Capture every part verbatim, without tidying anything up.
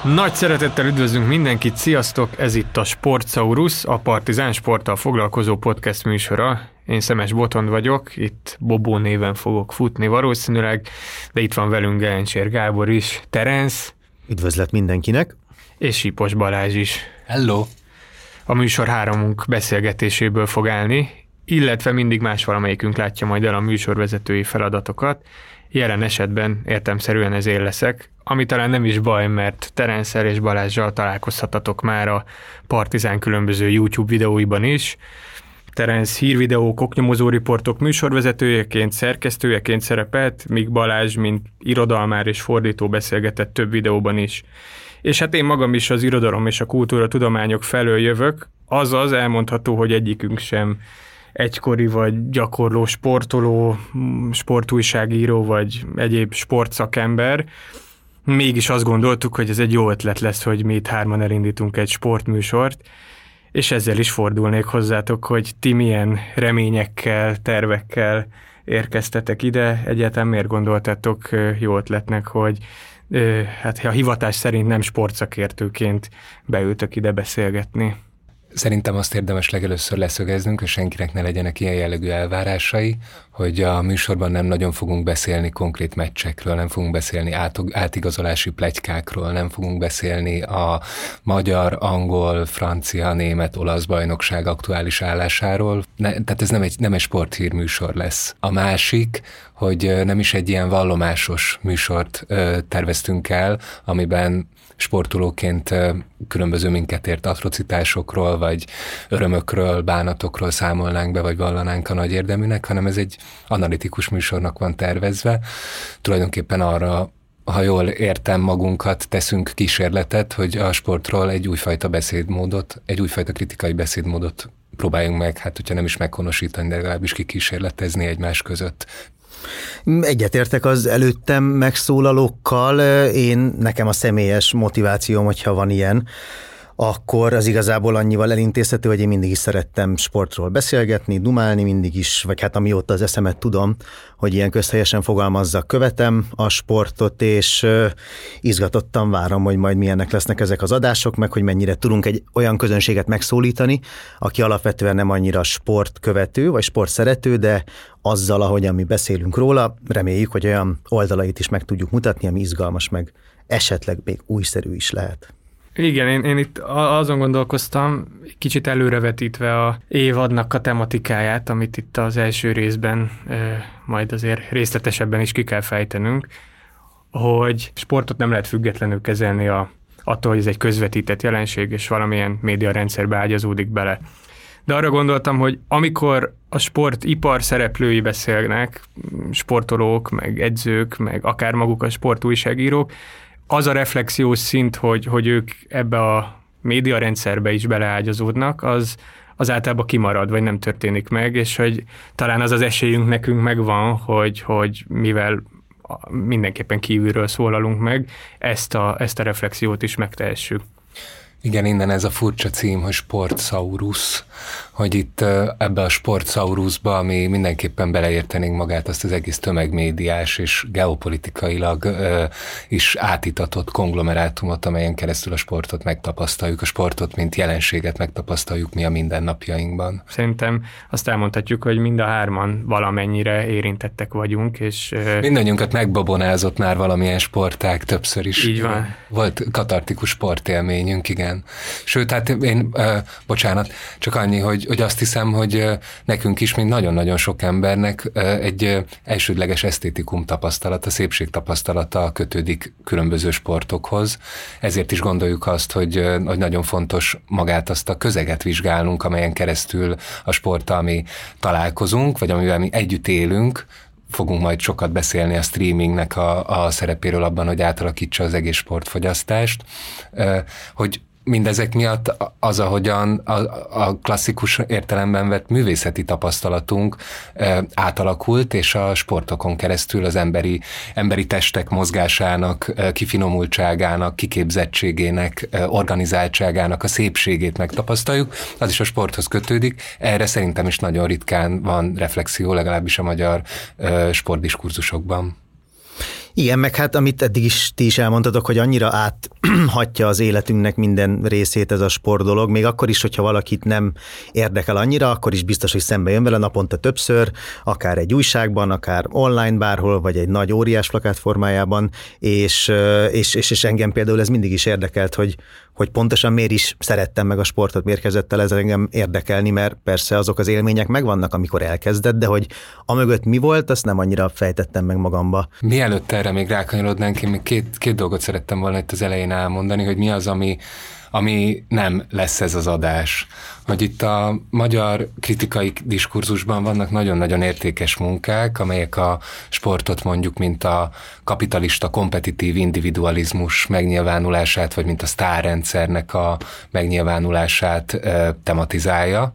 Nagy szeretettel üdvözlünk mindenkit, sziasztok! Ez itt a Sportsaurus, a Partizán sporttal foglalkozó podcast műsora. Én Szemes Botond vagyok, itt Bobó néven fogok futni valószínűleg, de itt van velünk Gelencsér Gábor is, Terence. Üdvözlet mindenkinek! És Sipos Balázs is. Hello! A műsor háromunk beszélgetéséből fog állni, illetve mindig más valamelyikünk látja majd el a műsorvezetői feladatokat. Jelen esetben értelemszerűen ez én leszek, ami talán nem is baj, mert Terenccel és Balázsral találkozhatatok már a Partizán különböző YouTube videóiban is. Terence hírvideók, oknyomozó riportok műsorvezetőjeként, szerkesztőjeként szerepelt, míg Balázs, mint irodalmár és fordító beszélgetett több videóban is. És hát én magam is az irodalom és a kultúratudományok felől jövök, azaz elmondható, hogy egyikünk sem egykori vagy gyakorló sportoló, sportújságíró vagy egyéb sportszakember. Mégis azt gondoltuk, hogy ez egy jó ötlet lesz, hogy mi itt hárman elindítunk egy sportműsort, és ezzel is fordulnék hozzátok, hogy ti milyen reményekkel, tervekkel érkeztetek ide. Egyáltalán miért gondoltátok jó ötletnek, hogy hát a hivatás szerint nem sportszakértőként beültök ide beszélgetni? Szerintem azt érdemes legelőször leszögeznünk, hogy senkinek ne legyenek ilyen jellegű elvárásai, hogy a műsorban nem nagyon fogunk beszélni konkrét meccsekről, nem fogunk beszélni át, átigazolási pletykákról, nem fogunk beszélni a magyar, angol, francia, német, olasz bajnokság aktuális állásáról. Ne, tehát ez nem egy, nem egy sporthírműsor lesz. A másik, hogy nem is egy ilyen vallomásos műsort ö, terveztünk el, amiben sportolóként különböző minket ért atrocitásokról, vagy örömökről, bánatokról számolnánk be, vagy vallanánk a nagy érdeműnek, hanem ez egy analitikus műsornak van tervezve. Tulajdonképpen arra, ha jól értem magunkat, teszünk kísérletet, hogy a sportról egy újfajta beszédmódot, egy újfajta kritikai beszédmódot próbáljunk meg, hát hogyha nem is meghonosítani, de legalábbis kikísérletezni egymás között. Egyetértek az előttem megszólalókkal, én nekem a személyes motivációm, hogyha van ilyen, akkor az igazából annyival elintézhető, hogy én mindig is szerettem sportról beszélgetni, dumálni, mindig is, vagy hát amióta az eszemet tudom, hogy ilyen közhelyesen fogalmazzak, követem a sportot, és izgatottan várom, hogy majd milyenek lesznek ezek az adások, meg hogy mennyire tudunk egy olyan közönséget megszólítani, aki alapvetően nem annyira sportkövető, vagy sportszerető, de azzal, ahogyan mi beszélünk róla, reméljük, hogy olyan oldalait is meg tudjuk mutatni, ami izgalmas, meg esetleg még újszerű is lehet. Igen, én, én itt azon gondolkoztam, kicsit előrevetítve a évadnak a tematikáját, amit itt az első részben e, majd azért részletesebben is ki kell fejtenünk, hogy sportot nem lehet függetlenül kezelni a, attól, hogy ez egy közvetített jelenség, és valamilyen médiarendszerbe ágyazódik bele. De arra gondoltam, hogy amikor a sportipar szereplői beszélnek, sportolók, meg edzők, meg akár maguk a sportújságírók, az a reflexiós szint, hogy, hogy ők ebbe a médiarendszerbe is beleágyazódnak, az, az általában kimarad, vagy nem történik meg, és hogy talán az az esélyünk nekünk megvan, hogy, hogy mivel mindenképpen kívülről szólalunk meg, ezt a, ezt a reflexiót is megtehessük. Igen, innen ez a furcsa cím, hogy Sportsaurus, hogy itt ebbe a Sportsaurusba, ami mindenképpen beleértenénk magát azt az egész tömegmédiás és geopolitikailag ö, is átitatott konglomerátumot, amelyen keresztül a sportot megtapasztaljuk, a sportot, mint jelenséget megtapasztaljuk mi a mindennapjainkban. Szerintem azt elmondhatjuk, hogy mind a hárman valamennyire érintettek vagyunk, és... Ö... Mindannyiunkat megbabonázott már valamilyen sportág többször is. Így van. Volt katartikus sportélményünk, igen. Sőt, hát én, uh, bocsánat, csak annyi, hogy, hogy azt hiszem, hogy uh, nekünk is, mint nagyon-nagyon sok embernek uh, egy uh, elsődleges esztétikum tapasztalata, szépség tapasztalata kötődik különböző sportokhoz. Ezért is gondoljuk azt, hogy, uh, hogy nagyon fontos magát azt a közeget vizsgálnunk, amelyen keresztül a sporttal mi találkozunk, vagy amivel mi együtt élünk. Fogunk majd sokat beszélni a streamingnek a, a szerepéről abban, hogy átalakítsa az egész sportfogyasztást, uh, hogy mindezek miatt az, ahogyan a, a klasszikus értelemben vett művészeti tapasztalatunk e, átalakult, és a sportokon keresztül az emberi, emberi testek mozgásának, e, kifinomultságának, kiképzettségének, e, organizáltságának a szépségét megtapasztaljuk, az is a sporthoz kötődik. Erre szerintem is nagyon ritkán van reflexió, legalábbis a magyar e, sportdiskurzusokban. Igen, meg hát amit eddig is ti is elmondtatok, hogy annyira áthatja az életünknek minden részét ez a sport dolog, még akkor is, hogyha valakit nem érdekel annyira, akkor is biztos, hogy szembe jön vele naponta többször, akár egy újságban, akár online bárhol, vagy egy nagy óriás plakát formájában, és, és, és, és engem például ez mindig is érdekelt, hogy, hogy pontosan miért is szerettem meg a sportot, miért kezdett el ez engem érdekelni, mert persze azok az élmények megvannak, amikor elkezdett, de hogy amögött mi volt, azt nem annyira fejtettem meg magamba. Mielőtt erre még rákanyarodnánk, én még két, két dolgot szerettem volna itt az elején elmondani, hogy mi az, ami, ami nem lesz ez az adás. Hogy itt a magyar kritikai diskurzusban vannak nagyon-nagyon értékes munkák, amelyek a sportot mondjuk, mint a kapitalista, kompetitív individualizmus megnyilvánulását, vagy mint a sztárrendszernek a megnyilvánulását e, tematizálja.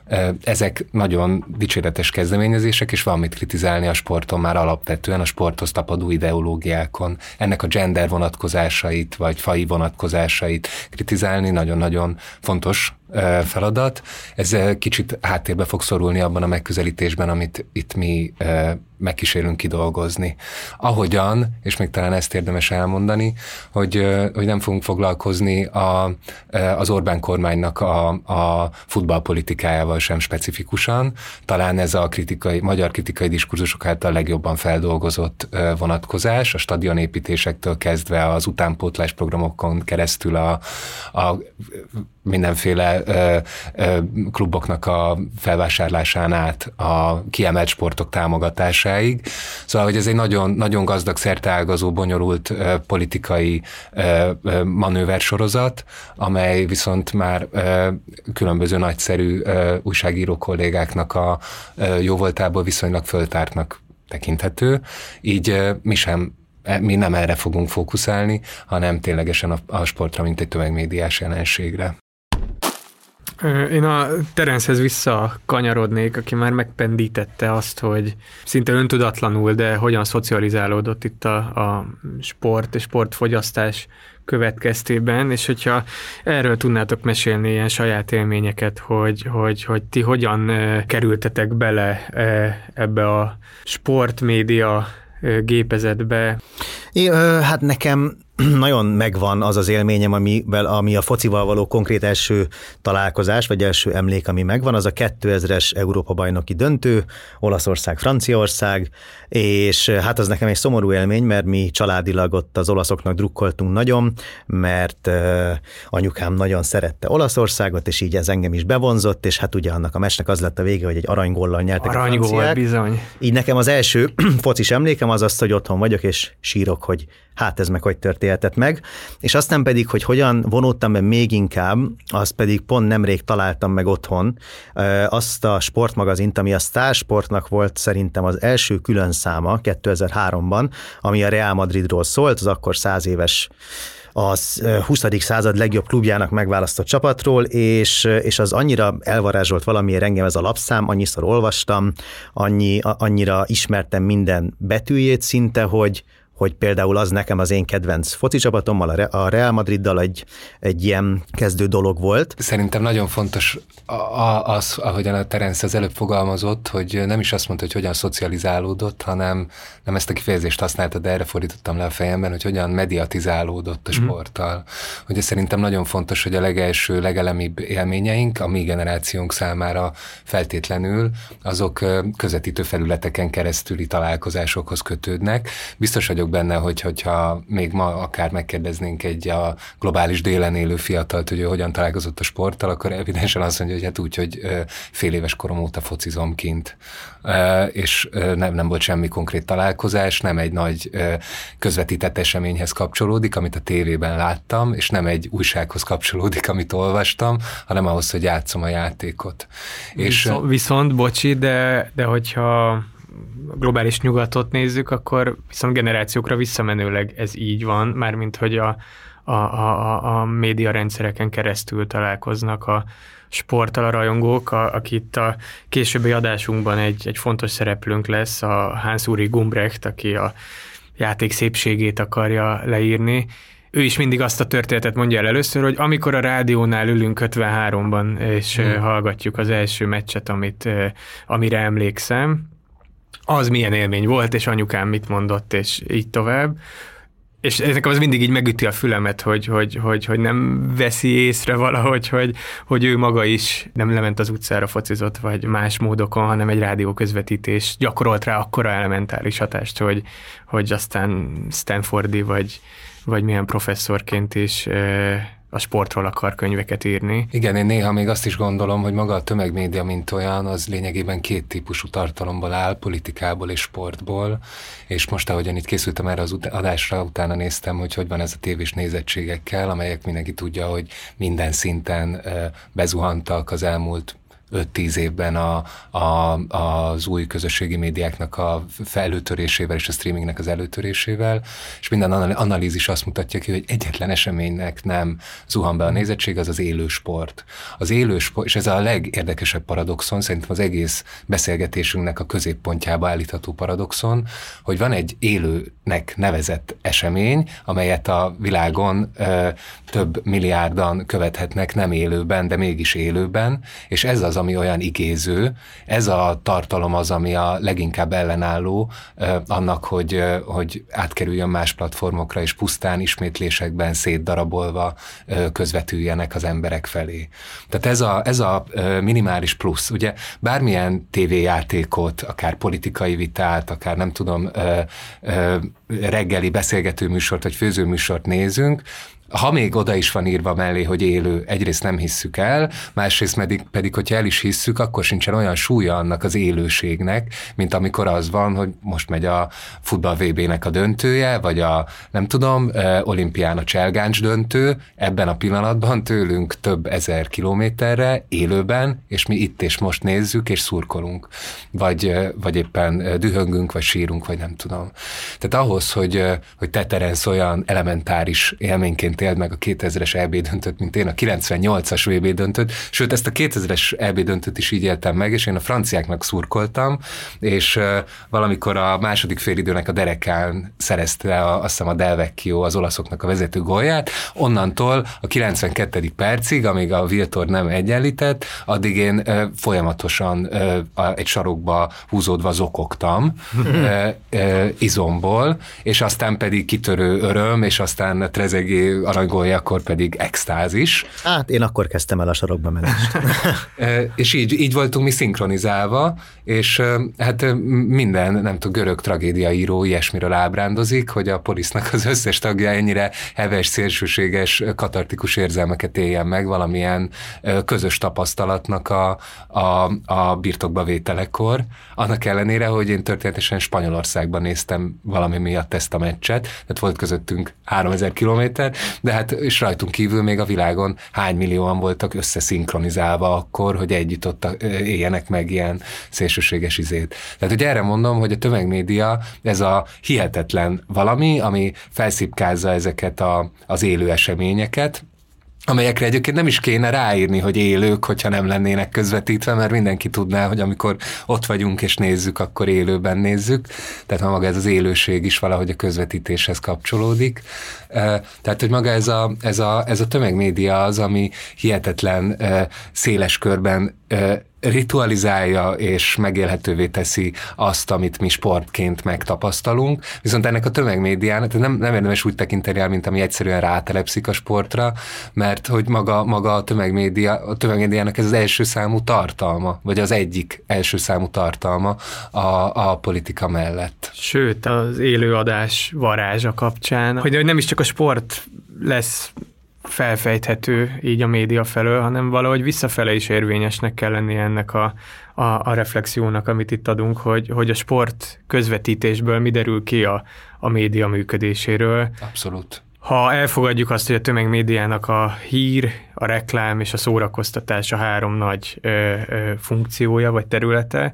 Ezek nagyon dicséretes kezdeményezések, és van mit kritizálni a sporton már alapvetően, a sporthoz tapadó ideológiákon. Ennek a gender vonatkozásait, vagy faji vonatkozásait kritizálni nagyon-nagyon fontos feladat. Ez kicsit háttérbe fog szorulni abban a megközelítésben, amit itt mi megkísérünk kidolgozni. Ahogyan, és még talán ezt érdemes elmondani, hogy, hogy nem fogunk foglalkozni a, az Orbán kormánynak a, a futballpolitikájával sem specifikusan. Talán ez a kritikai, magyar kritikai diskurzusok által legjobban feldolgozott vonatkozás, a stadionépítésektől kezdve az utánpótlás programokon keresztül a, a mindenféle ö, ö, kluboknak a felvásárlásán át a kiemelt sportok támogatásáig. Szóval, hogy ez egy nagyon, nagyon gazdag, szerteágazó, bonyolult ö, politikai ö, ö, manőversorozat, amely viszont már ö, különböző nagyszerű ö, újságíró kollégáknak a ö, jóvoltából viszonylag föltártnak tekinthető. Így ö, mi sem mi nem erre fogunk fókuszálni, hanem ténylegesen a, a sportra, mint egy tömegmédiás jelenségre. Én a Terencehez visszakanyarodnék, aki már megpendítette azt, hogy szinte öntudatlanul, de hogyan szocializálódott itt a, a sport és sportfogyasztás következtében, és hogyha erről tudnátok mesélni ilyen saját élményeket, hogy, hogy, hogy ti hogyan kerültetek bele ebbe a sportmédia gépezetbe. É, hát nekem nagyon megvan az az élményem, amivel, ami a focival való konkrét első találkozás, vagy első emlék, ami megvan, az a kétezres Európa-bajnoki döntő, Olaszország, Franciaország, és hát az nekem egy szomorú élmény, mert mi családilag ott az olaszoknak drukkoltunk nagyon, mert uh, anyukám nagyon szerette Olaszországot, és így ez engem is bevonzott, és hát ugye annak a meccsnek az lett a vége, hogy egy aranygóllal nyertek Aranygól, a franciák. Bizony. Így nekem az első focis emlékem az az, hogy otthon vagyok, és sírok, hogy hát ez meg hogy történhetett meg, és aztán pedig, hogy hogyan vonódtam be még inkább, azt pedig pont nemrég találtam meg otthon, azt a sportmagazint, ami a Star Sportnak volt szerintem az első külön száma kétezer-háromban, ami a Real Madridról szólt, az akkor száz éves az huszadik század legjobb klubjának megválasztott csapatról, és, és az annyira elvarázsolt valamiért engem ez a lapszám, annyiszor olvastam, annyi, annyira ismertem minden betűjét szinte, hogy hogy például az nekem az én kedvenc foci csapatommal, a Real Madriddal egy, egy ilyen kezdő dolog volt. Szerintem nagyon fontos az, ahogyan a Terence az előbb fogalmazott, hogy nem is azt mondta, hogy hogyan szocializálódott, hanem nem ezt a kifejezést használta, de erre fordítottam le a fejemben, hogy hogyan mediatizálódott a sporttal. Mm. Ugye szerintem nagyon fontos, hogy a legelső, legelemibb élményeink a mi generációnk számára feltétlenül azok közvetítő felületeken keresztüli találkozásokhoz kötődnek. Biztos vagyok benne, hogy hogyha még ma akár megkérdeznénk egy a globális délen élő fiatalt, hogy ő hogyan találkozott a sporttal, akkor evidensen azt mondja, hogy hát úgy, hogy fél éves korom óta focizom kint. És nem, nem volt semmi konkrét találkozás, nem egy nagy közvetített eseményhez kapcsolódik, amit a tévében láttam, és nem egy újsághoz kapcsolódik, amit olvastam, hanem ahhoz, hogy játszom a játékot. Viszont, és, viszont bocsi, de, de hogyha globális nyugatot nézzük, akkor viszont generációkra visszamenőleg ez így van, mármint hogy a, a, a, a médiarendszereken keresztül találkoznak a sporttal a rajongók, a, akit a későbbi adásunkban egy, egy fontos szereplőnk lesz, a Hans-Uri Gumbrecht, aki a játék szépségét akarja leírni. Ő is mindig azt a történetet mondja el először, hogy amikor a rádiónál ülünk ötvenháromban, és hmm. hallgatjuk az első meccset, amit, amire emlékszem, az milyen élmény volt, és anyukám mit mondott, és így tovább. És nekem az mindig így megüti a fülemet, hogy, hogy, hogy, hogy nem veszi észre valahogy, hogy, hogy ő maga is nem lement az utcára, focizott, vagy más módokon, hanem egy rádió közvetítés gyakorolt rá akkora elementáris hatást, hogy, hogy aztán Stanfordi, vagy, vagy milyen professzorként is a sportról akar könyveket írni. Igen, én néha még azt is gondolom, hogy maga a tömegmédia, mint olyan, az lényegében két típusú tartalomból áll, politikából és sportból, és most, ahogyan itt készültem erre az ut- adásra, utána néztem, hogy hogy van ez a tévés nézettségekkel, amelyek mindenki tudja, hogy minden szinten uh, bezuhantak az elmúlt öt-tíz évben a, a, az új közösségi médiáknak a előtörésével és a streamingnek az előtörésével, és minden analízis azt mutatja ki, hogy egyetlen eseménynek nem zuhan be a nézettség, az az élő sport. Az élő sport, és ez a legérdekesebb paradoxon, szerintem az egész beszélgetésünknek a középpontjába állítható paradoxon, hogy van egy élőnek nevezett esemény, amelyet a világon ö, több milliárdan követhetnek nem élőben, de mégis élőben, és ez az, ami olyan igéző, ez a tartalom az, ami a leginkább ellenálló eh, annak, hogy, eh, hogy átkerüljön más platformokra, és pusztán ismétlésekben szétdarabolva eh, közvetüljenek az emberek felé. Tehát ez a, ez a eh, minimális plusz. Ugye bármilyen tévéjátékot, akár politikai vitát, akár nem tudom, eh, eh, reggeli beszélgetőműsort, vagy főzőműsort nézünk, ha még oda is van írva mellé, hogy élő, egyrészt nem hisszük el, másrészt pedig, pedig hogyha el is hisszük, akkor sincsen olyan súlya annak az élőségnek, mint amikor az van, hogy most megy a futball vé bének a döntője, vagy a, nem tudom, olimpián a cselgáncs döntő, ebben a pillanatban tőlünk több ezer kilométerre, élőben, és mi itt és most nézzük, és szurkolunk. Vagy, vagy éppen dühöngünk, vagy sírunk, vagy nem tudom. Tehát ahhoz, hogy, hogy te, Terenc, olyan elementáris élményként éld meg a kétezres é bé döntőt, mint én a kilencvennyolcas vé bé döntőt, sőt ezt a kétezres é bé döntőt is így éltem meg, és én a franciáknak szurkoltam, és uh, valamikor a második félidőnek a derekán szerezte a, azt hiszem a Del Vecchio az olaszoknak a vezető gólját, onnantól a kilencvenkettedik percig, amíg a Wiltord nem egyenlített, addig én uh, folyamatosan uh, a, egy sarokba húzódva zokogtam uh, uh, izomból, és aztán pedig kitörő öröm, és aztán Trezeguet aranygólja, akkor pedig extázis. Hát én akkor kezdtem el a sarokba menést. És így, így voltunk mi szinkronizálva, és hát minden, nem tudom, görög tragédiaíró ilyesmiről ábrándozik, hogy a Polisznak az összes tagja ennyire heves, szélsőséges, katartikus érzelmeket éljen meg valamilyen közös tapasztalatnak a, a, a birtokba vételekor. Annak ellenére, hogy én történetesen Spanyolországban néztem valami miatt ezt a meccset, tehát volt közöttünk háromezer kilométer, de hát és rajtunk kívül még a világon hány millióan voltak összeszinkronizálva akkor, hogy együtt ott éljenek meg ilyen szélsőséges izét. Tehát, hogy erre mondom, hogy a tömegmédia ez a hihetetlen valami, ami felszipkázza ezeket a, az élő eseményeket, amelyekre egyébként nem is kéne ráírni, hogy élők, hogyha nem lennének közvetítve, mert mindenki tudná, hogy amikor ott vagyunk és nézzük, akkor élőben nézzük. Tehát ha maga ez az élőség is valahogy a közvetítéshez kapcsolódik. Tehát, hogy maga ez a, ez a, ez a tömegmédia az, ami hihetetlen széles körben ritualizálja és megélhetővé teszi azt, amit mi sportként megtapasztalunk, viszont ennek a tömegmédiának nem, nem érdemes úgy tekinteni el, mint ami egyszerűen rátelepszik a sportra, mert hogy maga, maga a tömegmédia, a tömegmédiának ez az első számú tartalma, vagy az egyik első számú tartalma a, a politika mellett. Sőt, az élőadás varázsa kapcsán, hogy nem is csak a sport lesz felfejthető így a média felől, hanem valahogy visszafele is érvényesnek kell lennie ennek a, a, a reflexiónak, amit itt adunk, hogy, hogy a sport közvetítésből mi derül ki a, a média működéséről. Abszolút. Ha elfogadjuk azt, hogy a tömegmédiának a hír, a reklám és a szórakoztatás a három nagy ö, ö, funkciója vagy területe,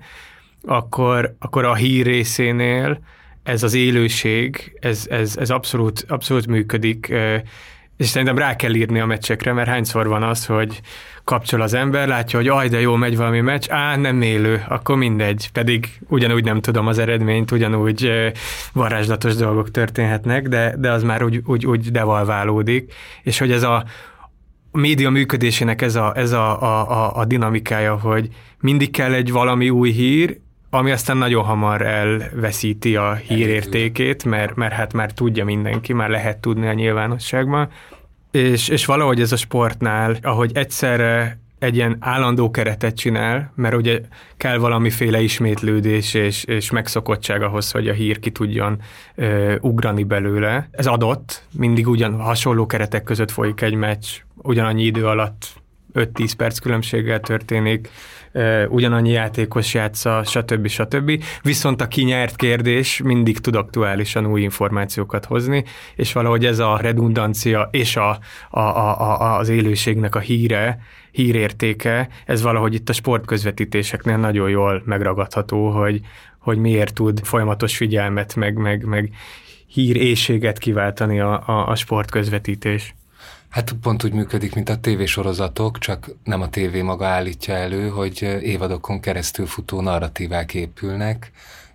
akkor, akkor a hír részénél ez az élőség, ez, ez, ez abszolút, abszolút működik, ö, és szerintem rá kell írni a meccsekre, mert hányszor van az, hogy kapcsol az ember, látja, hogy aj, de jó, megy valami meccs, á, nem élő, akkor mindegy, pedig ugyanúgy nem tudom az eredményt, ugyanúgy varázslatos dolgok történhetnek, de, de az már úgy, úgy, úgy devalválódik, és hogy ez a média működésének ez a, ez a, a, a, a dinamikája, hogy mindig kell egy valami új hír, ami aztán nagyon hamar elveszíti a hírértékét, mert, mert hát már tudja mindenki, már lehet tudni a nyilvánosságban, és, és valahogy ez a sportnál, ahogy egyszerre egy ilyen állandó keretet csinál, mert ugye kell valamiféle ismétlődés és, és megszokottság ahhoz, hogy a hír ki tudjon ö, ugrani belőle. Ez adott, mindig ugyan hasonló keretek között folyik egy meccs, ugyanannyi idő alatt öt-tíz perc különbséggel történik, ö, ugyanannyi játékos játsza, stb. stb. Viszont a kinyert kérdés mindig tud aktuálisan új információkat hozni, és valahogy ez a redundancia és a, a, a, a, az élőségnek a híre, hírértéke, ez valahogy itt a sportközvetítéseknél nagyon jól megragadható, hogy, hogy miért tud folyamatos figyelmet, meg, meg, meg híréhséget kiváltani a, a, a sportközvetítés. Hát pont úgy működik, mint a tévésorozatok, csak nem a tévé maga állítja elő, hogy évadokon keresztül futó narratívák épülnek,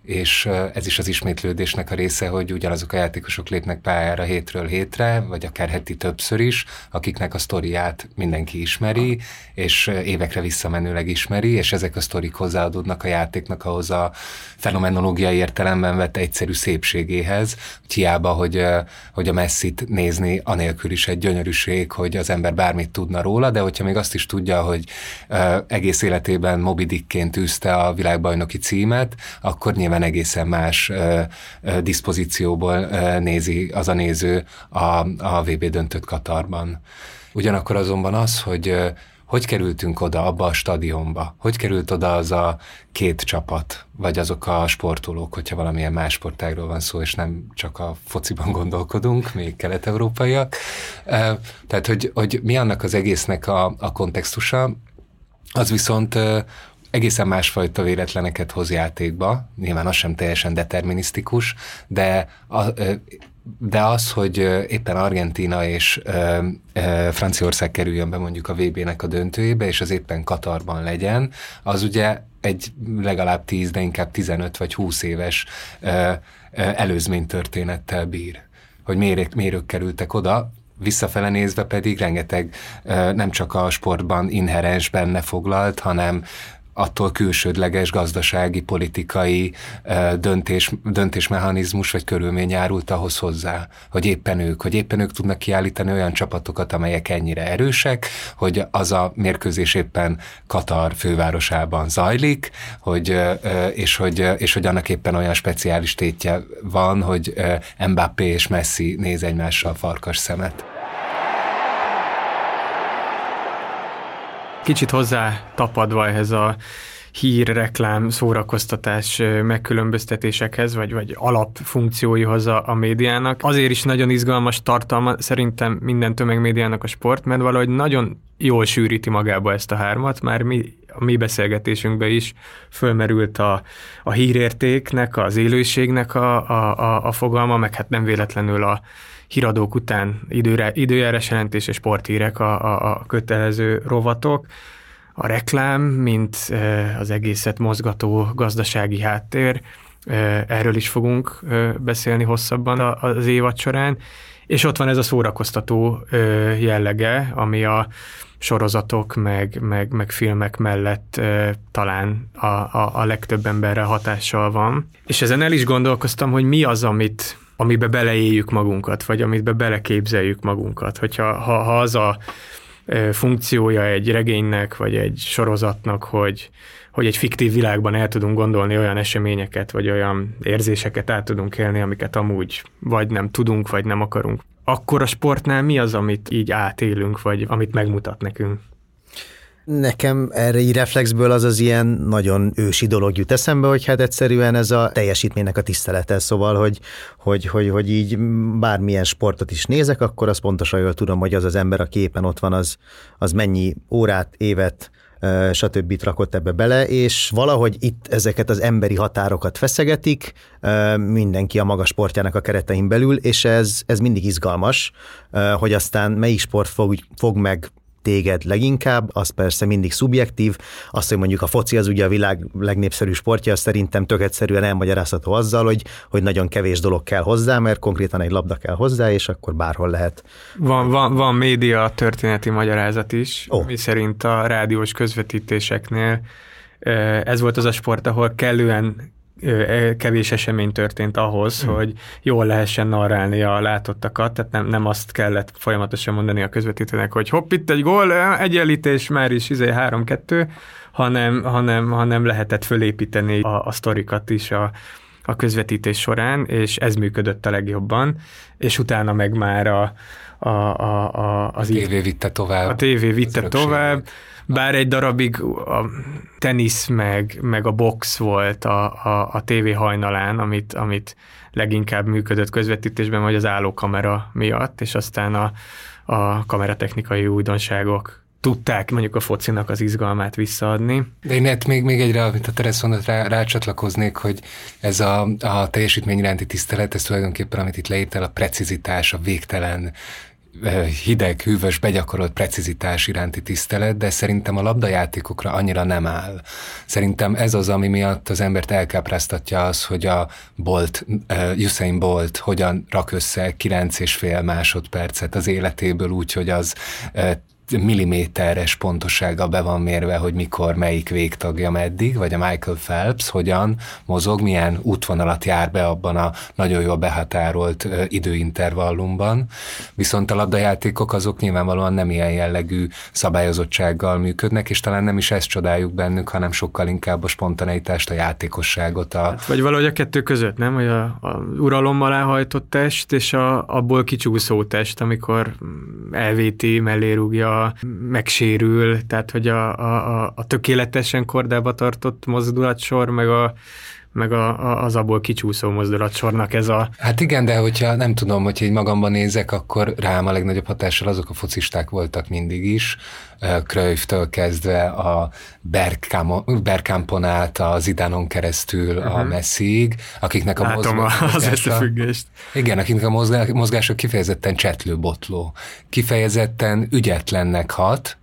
és ez is az ismétlődésnek a része, hogy ugyanazok a játékosok lépnek pályára hétről hétre, vagy akár heti többször is, akiknek a sztoriát mindenki ismeri, és évekre visszamenőleg ismeri, és ezek a sztorik hozzáadódnak a játéknak ahhoz a fenomenológiai értelemben vett egyszerű szépségéhez, hiába, hogy, hogy a Messit nézni anélkül is egy gyönyörűség, hogy az ember bármit tudna róla, de hogyha még azt is tudja, hogy egész életében Moby Dickként űzte a világbajnoki címet, akkor nyilván egészen más ö, ö, diszpozícióból ö, nézi az a néző a, a vé bé döntőt Katarban. Ugyanakkor azonban az, hogy ö, hogy kerültünk oda abba a stadionba, hogy került oda az a két csapat, vagy azok a sportolók, hogyha valamilyen más sportágról van szó, és nem csak a fociban gondolkodunk, még kelet-európaiak. Ö, tehát, hogy, hogy mi annak az egésznek a, a kontextusa, az viszont ö, egészen másfajta véletleneket hoz játékba, nyilván az sem teljesen determinisztikus, de, a, de az, hogy éppen Argentína és Franciaország kerüljön be mondjuk a vé bének a döntőjébe, és az éppen Katarban legyen, az ugye egy legalább tíz, de inkább tizenöt vagy húsz éves előzménytörténettel bír. Hogy miért, miért ők kerültek oda, visszafele nézve pedig rengeteg nem csak a sportban inherens benne foglalt, hanem attól külsődleges gazdasági, politikai döntés, döntésmechanizmus vagy körülmény járult ahhoz hozzá, hogy éppen ők, hogy éppen ők tudnak kiállítani olyan csapatokat, amelyek ennyire erősek, hogy az a mérkőzés éppen Katar fővárosában zajlik, hogy, és, hogy, és hogy annak éppen olyan speciális tétje van, hogy Mbappé és Messi néz egymással farkas szemet. Kicsit hozzá tapadva ehhez a hír, reklám, szórakoztatás megkülönböztetésekhez, vagy, vagy alapfunkcióihoz a, a médiának. Azért is nagyon izgalmas tartalma szerintem minden tömegmédiának a sport, mert valahogy nagyon jól sűríti magába ezt a hármat, már mi, a mi beszélgetésünkben is fölmerült a, a hírértéknek, az élőségnek a, a, a, a fogalma, meg hát nem véletlenül a híradók után időre, időjárás jelentés és sporthírek a, a, a kötelező rovatok. A reklám, mint az egészet mozgató gazdasági háttér, erről is fogunk beszélni hosszabban az évad során, és ott van ez a szórakoztató jellege, ami a sorozatok, meg, meg, meg filmek mellett talán a, a, a legtöbb emberre hatással van. És ezen el is gondolkoztam, hogy mi az, amit amiben beleéljük magunkat, vagy amiben beleképzeljük magunkat. Hogyha ha, ha az a e, funkciója egy regénynek, vagy egy sorozatnak, hogy, hogy egy fiktív világban el tudunk gondolni olyan eseményeket, vagy olyan érzéseket át tudunk élni, amiket amúgy vagy nem tudunk, vagy nem akarunk, akkor a sportnál mi az, amit így átélünk, vagy amit megmutat nekünk? Nekem erre így reflexből az az ilyen nagyon ősi dolog jut eszembe, hogy hát egyszerűen ez a teljesítménynek a tisztelete, szóval, hogy, hogy, hogy, hogy így bármilyen sportot is nézek, akkor azt pontosan jól tudom, hogy az az ember, aki éppen ott van, az, az mennyi órát, évet, stb. Rakott ebbe bele, és valahogy itt ezeket az emberi határokat feszegetik, mindenki a maga sportjának a keretein belül, és ez, ez mindig izgalmas, hogy aztán melyik sport fog, fog meg téged leginkább, az persze mindig szubjektív, azt, hogy mondjuk a foci az ugye a világ legnépszerűbb sportja, az szerintem tök egyszerűen elmagyarázható azzal, hogy, hogy nagyon kevés dolog kell hozzá, mert konkrétan egy labda kell hozzá, és akkor bárhol lehet. Van, van, van média történeti magyarázat is, oh. mi szerint a rádiós közvetítéseknél ez volt az a sport, ahol kellően kevés esemény történt ahhoz, hmm. hogy jól lehessen narrálni a látottakat, tehát nem, nem azt kellett folyamatosan mondani a közvetítőnek, hogy hopp, itt egy gól, egyenlítés, már is izé három-kettő, hanem, hanem, hanem lehetett fölépíteni a, a sztorikat is a, a közvetítés során, és ez működött a legjobban, és utána meg már a, a, a, a, az a tévé vitte tovább. A tévé vitte tovább, bár egy darabig a tenisz meg, meg a box volt a, a, a tévé hajnalán, amit, amit leginkább működött közvetítésben, vagy az állókamera miatt, és aztán a, a kameratechnikai újdonságok tudták mondjuk a focinak az izgalmát visszaadni. De én itt még, még egyre, amit a Teresz mondott, rá, rácsatlakoznék, hogy ez a, a teljesítmény iránti tisztelet, ez tulajdonképpen, amit itt leírtál, a precizitás, a végtelen hideg, hűvös, begyakorolt precizitás iránti tisztelet, de szerintem a labdajátékokra annyira nem áll. Szerintem ez az, ami miatt az embert elkápráztatja az, hogy a Bolt, uh, Usain Bolt hogyan rak össze kilenc és fél másodpercet az életéből úgy, hogy az uh, milliméteres pontossággal be van mérve, hogy mikor melyik végtagja meddig, vagy a Michael Phelps hogyan mozog, milyen útvonalat jár be abban a nagyon jól behatárolt uh, időintervallumban. Viszont a labdajátékok azok nyilvánvalóan nem ilyen jellegű szabályozottsággal működnek, és talán nem is ezt csodáljuk bennük, hanem sokkal inkább a spontaneitást, a játékosságot. A... Hát, vagy valahogy a kettő között, nem? Hogy a, a uralommal elhajtott test, és a, abból kicsúszó test, amikor elvéti, mellé rúgja, megsérül, tehát hogy a, a, a tökéletesen kordába tartott mozdulatsor, meg, a, meg a, a, az abból kicsúszó mozdulatsornak ez a... Hát igen, de hogyha nem tudom, hogyha így magamban nézek, akkor rám a legnagyobb hatással azok a focisták voltak mindig is, Cruyfftől kezdve a Bergkampon át, a Zidanon keresztül uh-huh. a Messiig, akiknek a Látom mozgása... az összefüggést. Igen, akiknek a mozgások kifejezetten csetlőbotló, kifejezetten ügyetlennek hat,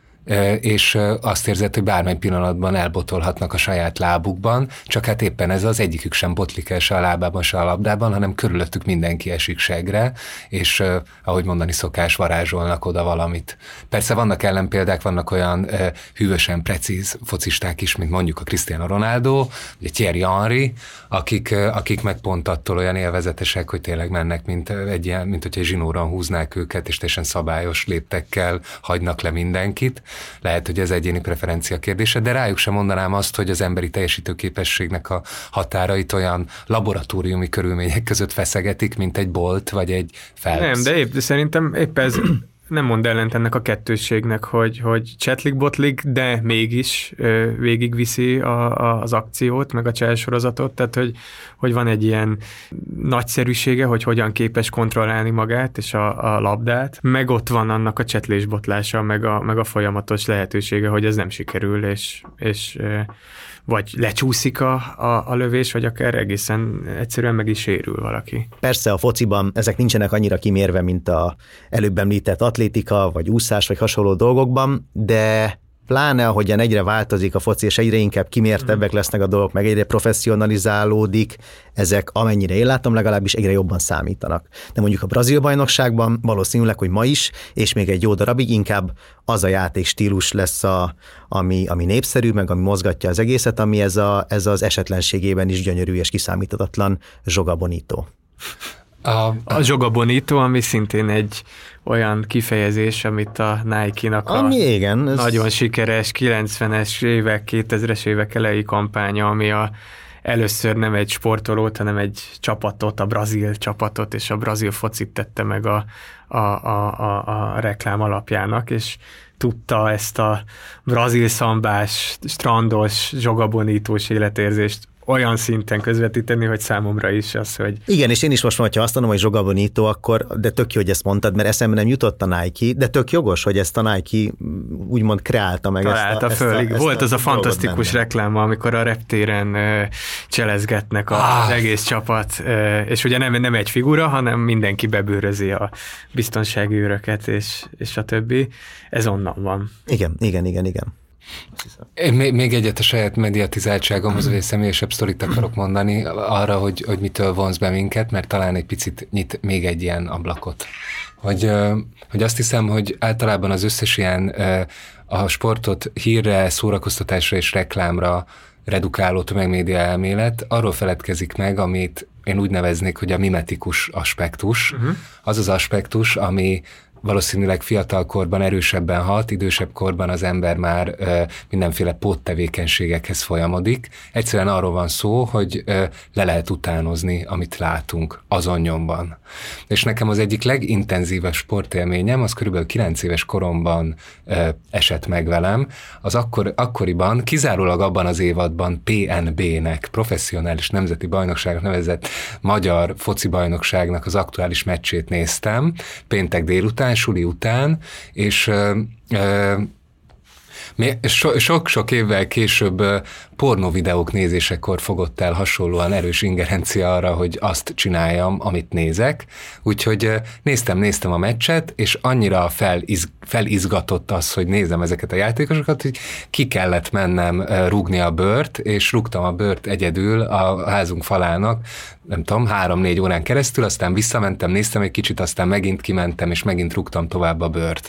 és azt érzed, hogy bármely pillanatban elbotolhatnak a saját lábukban, csak hát éppen ez az egyikük sem botlik el se a lábában, se a labdában, hanem körülöttük mindenki esik segre, és ahogy mondani szokás, varázsolnak oda valamit. Persze vannak ellenpéldák, vannak olyan hűvösen precíz focisták is, mint mondjuk a Cristiano Ronaldo, vagy Thierry Henry, akik, akik meg pont attól olyan élvezetesek, hogy tényleg mennek, mint egy ilyen, mint hogyha egy zsinóran húznák őket, és teljesen szabályos léptekkel hagynak le mindenkit. Lehet, hogy ez egyéni preferencia kérdése, de rájuk sem mondanám azt, hogy az emberi teljesítőképességnek a határait olyan laboratóriumi körülmények között feszegetik, mint egy Bolt vagy egy Phelps. Nem, de épp, de szerintem épp ez nem mond ellent ennek a kettősségnek, hogy, hogy csetlik-botlik, de mégis ö, végigviszi a, a, az akciót, meg a cselsorozatot, tehát hogy, hogy van egy ilyen nagyszerűsége, hogy hogyan képes kontrollálni magát és a, a labdát, meg ott van annak a csetlésbotlása, meg a, meg a folyamatos lehetősége, hogy ez nem sikerül, és, és ö, vagy lecsúszik a, a, a lövés, vagy akár egészen egyszerűen meg is sérül valaki. Persze a fociban ezek nincsenek annyira kimérve, mint a előbb említett atlétika, vagy úszás, vagy hasonló dolgokban, de pláne ahogyan egyre változik a foci, és egyre inkább kimértebbek lesznek a dolgok, meg egyre professzionalizálódik, ezek amennyire én látom, legalábbis egyre jobban számítanak. De mondjuk a brazil bajnokságban valószínűleg, hogy ma is, és még egy jó darabig inkább az a játékstílus lesz, a, ami, ami népszerű, meg ami mozgatja az egészet, ami ez, a, ez az esetlenségében is gyönyörű és kiszámíthatatlan joga bonito. A, a joga bonito, ami szintén egy olyan kifejezés, amit a Nike-nak a ami, igen, ez... nagyon sikeres kilencvenes évek, kétezres évek elejé kampánya, ami a, először nem egy sportolót, hanem egy csapatot, a brazil csapatot, és a brazil focit tette meg a, a, a, a, a reklám alapjának, és tudta ezt a brazil szambás, strandos, jogabonítós életérzést olyan szinten közvetíteni, hogy számomra is az, hogy... Igen, és én is most, ha azt mondom, hogy Joga Bonito, akkor, de tök jó, hogy ezt mondtad, mert eszembe nem jutott a Nike, de tök jogos, hogy ezt a Nike úgymond kreálta meg. Találta ezt a, föl. Ezt a, Volt ezt a az a fantasztikus reklám, amikor a reptéren uh, cselezgetnek a, ah. az egész csapat, uh, és ugye nem, nem egy figura, hanem mindenki bebőrözi a biztonsági őröket, és, és a többi. Ez onnan van. Igen, igen, igen, igen. Én még, még egyet a saját mediatizáltságomhoz, vagy egy személyesebb sztorit akarok mondani arra, hogy, hogy mitől vonz be minket, mert talán egy picit nyit még egy ilyen ablakot. Hogy, hogy azt hiszem, hogy általában az összes ilyen a sportot hírre, szórakoztatásra és reklámra redukáló tömegmédia elmélet arról feledkezik meg, amit én úgy neveznék, hogy a mimetikus aspektus. Uh-huh. Az az aspektus, ami valószínűleg fiatal korban erősebben hat, idősebb korban az ember már ö, mindenféle póttevékenységekhez folyamodik. Egyszerűen arról van szó, hogy ö, le lehet utánozni, amit látunk azon nyomban. És nekem az egyik legintenzívebb sportélményem, az körülbelül kilenc éves koromban ö, esett meg velem. Az akkor, akkoriban, kizárólag abban az évadban pé en bé-nek, professzionális nemzeti bajnokságnak nevezett magyar foci bajnokságnak az aktuális meccsét néztem, péntek délután, suli után, és ö, ö, so, sok-sok évvel később pornóvideók nézésekor fogott el hasonlóan erős ingerencia arra, hogy azt csináljam, amit nézek. Úgyhogy néztem, néztem a meccset, és annyira feliz, felizgatott az, hogy nézem ezeket a játékosokat, hogy ki kellett mennem rúgni a bőrt, és rúgtam a bőrt egyedül a házunk falának, nem tudom, három-négy órán keresztül, aztán visszamentem, néztem egy kicsit, aztán megint kimentem, és megint rúgtam tovább a bőrt.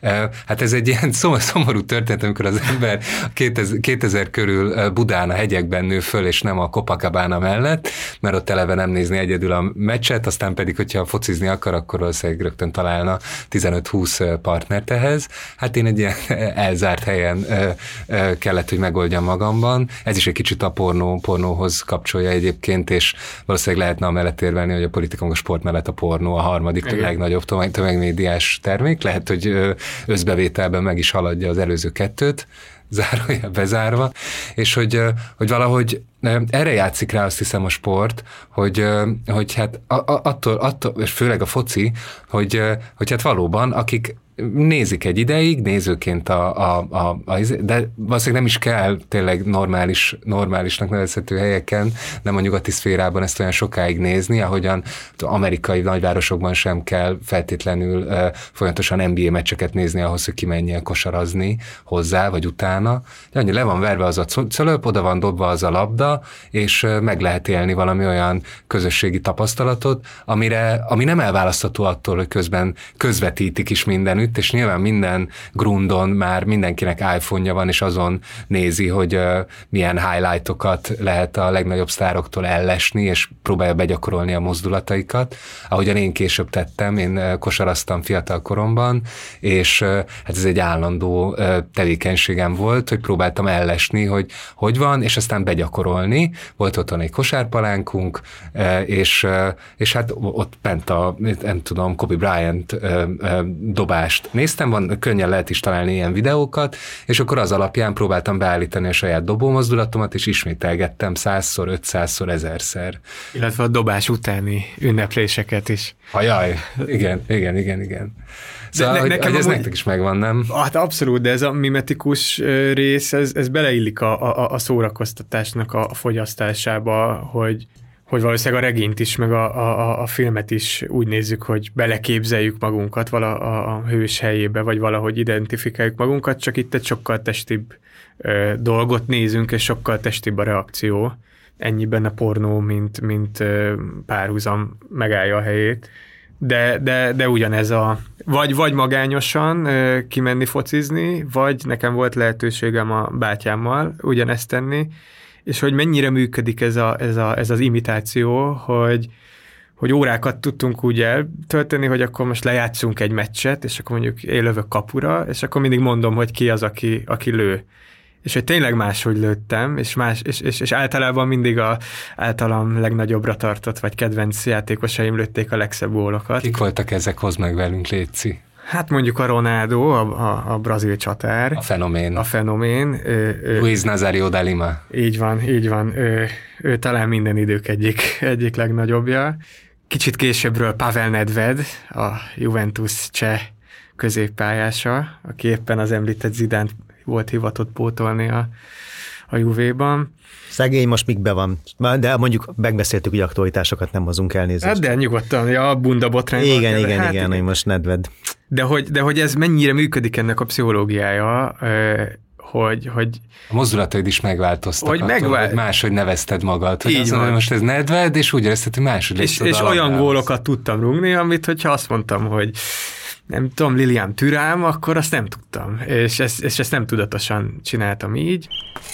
Hát ez egy ilyen szomorú történet, amikor az ember kétezer körül Budán a hegyekben nő föl, és nem a Copacabana mellett, mert ott eleve nem nézni egyedül a meccset, aztán pedig, hogyha focizni akar, akkor valószínűleg rögtön találna tizenöt-húsz partnert ehhez. Hát én egy ilyen elzárt helyen kellett, hogy megoldjam magamban. Ez is egy kicsit a pornó, pornóhoz kapcsolja egyébként, és valószínűleg lehetne amellett érvelni, hogy a politika, a sport mellett a pornó a harmadik Igen. legnagyobb tömegmédiás termék. Lehet, hogy összbevételben meg is haladja az előző kettőt, zárója bezárva, és hogy, hogy valahogy erre játszik rá, azt hiszem, a sport, hogy, hogy hát attól, attól, és főleg a foci, hogy, hogy hát valóban, akik nézik egy ideig, nézőként a, a, a, a de valószínűleg nem is kell tényleg normális, normálisnak nevezhető helyeken, nem a nyugati szférában ezt olyan sokáig nézni, ahogyan amerikai nagyvárosokban sem kell feltétlenül uh, folyamatosan en bé á meccseket nézni ahhoz, hogy kimenjen kosarazni hozzá, vagy utána. De annyi le van verve az a cölöp, oda van dobva az a labda, és uh, meg lehet élni valami olyan közösségi tapasztalatot, amire, ami nem elválasztható attól, hogy közben közvetítik is mindenütt, és nyilván minden grundon már mindenkinek iPhone-ja van, és azon nézi, hogy uh, milyen highlightokat lehet a legnagyobb sztároktól ellesni, és próbálja begyakorolni a mozdulataikat. Ahogyan én később tettem, én uh, kosaraztam fiatal koromban, és uh, hát ez egy állandó uh, tevékenységem volt, hogy próbáltam ellesni, hogy hogy van, és aztán begyakorolni. Volt otthon egy kosárpalánkunk, uh, és, uh, és hát ott bent a, nem tudom, Kobe Bryant uh, uh, dobás néztem, van, könnyen lehet is találni ilyen videókat, és akkor az alapján próbáltam beállítani a saját dobómozdulatomat, és ismételgettem százszor, ötszázszor, ezerszer. Illetve a dobás utáni ünnepléseket is. Ajaj, igen, igen, igen, igen. Szóval, ne, hogy, nekem hogy ez amúgy, nektek is megvan, nem? Hát abszolút, de ez a mimetikus rész, ez, ez beleillik a, a, a szórakoztatásnak a fogyasztásába, hogy hogy valószínűleg a regényt is, meg a, a, a filmet is úgy nézzük, hogy beleképzeljük magunkat vala a, a hős helyébe, vagy valahogy identifikáljuk magunkat, csak itt egy sokkal testibb ö, dolgot nézünk, és sokkal testibb a reakció. Ennyiben a pornó, mint, mint ö, párhuzam megállja a helyét. De, de, de ugyanez a... Vagy, vagy magányosan ö, kimenni focizni, vagy nekem volt lehetőségem a bátyámmal ugyanezt tenni, és hogy mennyire működik ez, a, ez, a, ez az imitáció, hogy, hogy órákat tudtunk úgy eltölteni, hogy akkor most lejátszunk egy meccset, és akkor mondjuk én lövök kapura, és akkor mindig mondom, hogy ki az, aki, aki lő. És hogy tényleg máshogy lőttem, és, más, és, és, és általában mindig a általam legnagyobbra tartott, vagy kedvenc játékosaim lőtték a legszebb gólokat. Kik voltak ezek? Hozd meg velünk, létszi. Hát mondjuk a Ronaldo, a, a, a brazil csatár. A fenomén. A fenomén. Ő, ő, Luis Nazario de Lima. Így van, így van. Ő, ő talán minden idők egyik, egyik legnagyobbja. Kicsit későbbről Pavel Nedved, a Juventus cseh középpályása, aki éppen az említett Zidánt volt hivatott pótolni a, a Juvéban. Szegény most mikbe van, de mondjuk megbeszéltük, hogy aktualitásokat nem hozunk elnézést. Hát de nyugodtan, ja, a bunda botrány. Igen, igen, igen, hát, igen, hogy most Nedved. De hogy, de hogy ez mennyire működik ennek a pszichológiája, hogy... hogy a mozdulataid is megváltoztak hogy, attól, megvál... hogy máshogy nevezted magad. Hogy így mondom, most ez Nedved, és úgy érezted, hogy máshogy És, és olyan gólokat tudtam rúgni, amit hogyha azt mondtam, hogy nem tudom, Lilian Thuram, akkor azt nem tudtam, és ezt, és ezt nem tudatosan csináltam így.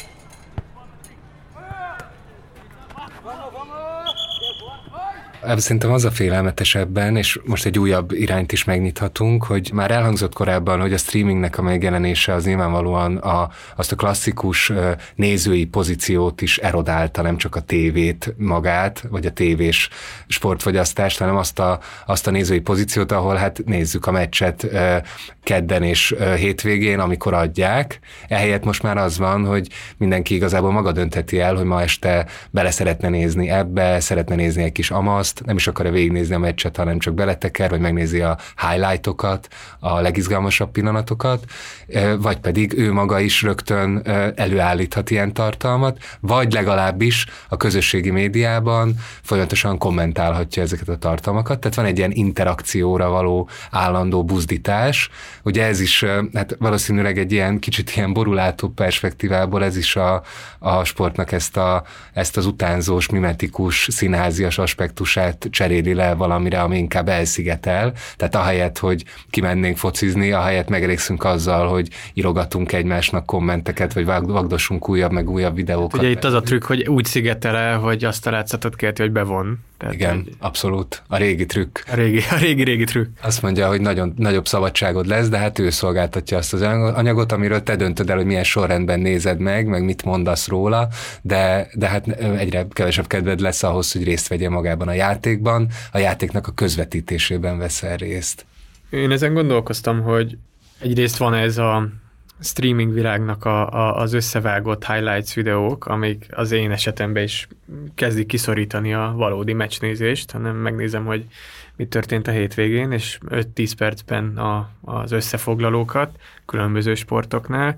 Szerintem az a félelmetesebben, és most egy újabb irányt is megnyithatunk, hogy már elhangzott korábban, hogy a streamingnek a megjelenése az nyilvánvalóan a, azt a klasszikus nézői pozíciót is erodálta, nem csak a tévét magát, vagy a tévés sportfogyasztást, hanem azt a, azt a nézői pozíciót, ahol hát nézzük a meccset kedden és hétvégén, amikor adják. Ehelyett most már az van, hogy mindenki igazából maga döntheti el, hogy ma este bele szeretne nézni ebbe, szeretne nézni egy kis amaszt, nem is akarja végignézni a meccset, hanem csak beleteker, vagy megnézi a highlightokat, a legizgalmasabb pillanatokat, vagy pedig ő maga is rögtön előállíthat ilyen tartalmat, vagy legalábbis a közösségi médiában folyamatosan kommentálhatja ezeket a tartalmakat. Tehát van egy ilyen interakcióra való állandó buzdítás. Ugye ez is, hát valószínűleg egy ilyen kicsit ilyen borulátó perspektívából ez is a, a sportnak ezt, a, ezt az utánzós, mimetikus, színházias aspektusát cseréli le valamire, ami inkább elszigetel. Tehát ahelyett, hogy kimennénk focizni, ahelyett megelégszünk azzal, hogy írogatunk egymásnak kommenteket, vagy vagdossunk újabb, meg újabb videókat. Ugye itt az a trükk, hogy úgy szigetel el, hogy azt a látszatot kelti, hogy bevon. Tehát igen, egy... abszolút. A régi trükk. A régi, a régi, régi trükk. Azt mondja, hogy nagyon nagyobb szabadságod lesz, de hát ő szolgáltatja azt az anyagot, amiről te döntöd el, hogy milyen sorrendben nézed meg, meg mit mondasz róla, de, de hát egyre kevesebb kedved lesz ahhoz, hogy részt vegyél magában a játékban, a játéknak a közvetítésében veszel részt. Én ezen gondolkoztam, hogy egyrészt van ez a streaming világnak a, a, az összevágott highlights videók, amik az én esetemben is kezdik kiszorítani a valódi meccsnézést, hanem megnézem, hogy mi történt a hétvégén, és öt-tíz percben a, az összefoglalókat különböző sportoknál,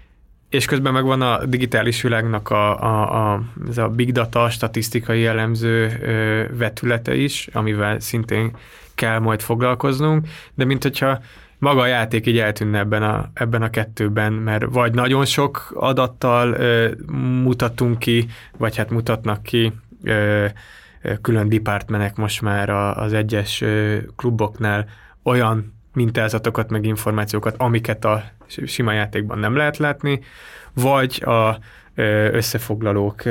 és közben meg van a digitális világnak a, a, a, ez a big data, statisztikai elemző ö, vetülete is, amivel szintén kell majd foglalkoznunk, de mint hogyha maga a játék így eltűnne ebben a, ebben a kettőben, mert vagy nagyon sok adattal ö, mutatunk ki, vagy hát mutatnak ki ö, ö, külön departmenek most már a, az egyes ö, kluboknál olyan mintázatokat, meg információkat, amiket a sima játékban nem lehet látni, vagy a összefoglalók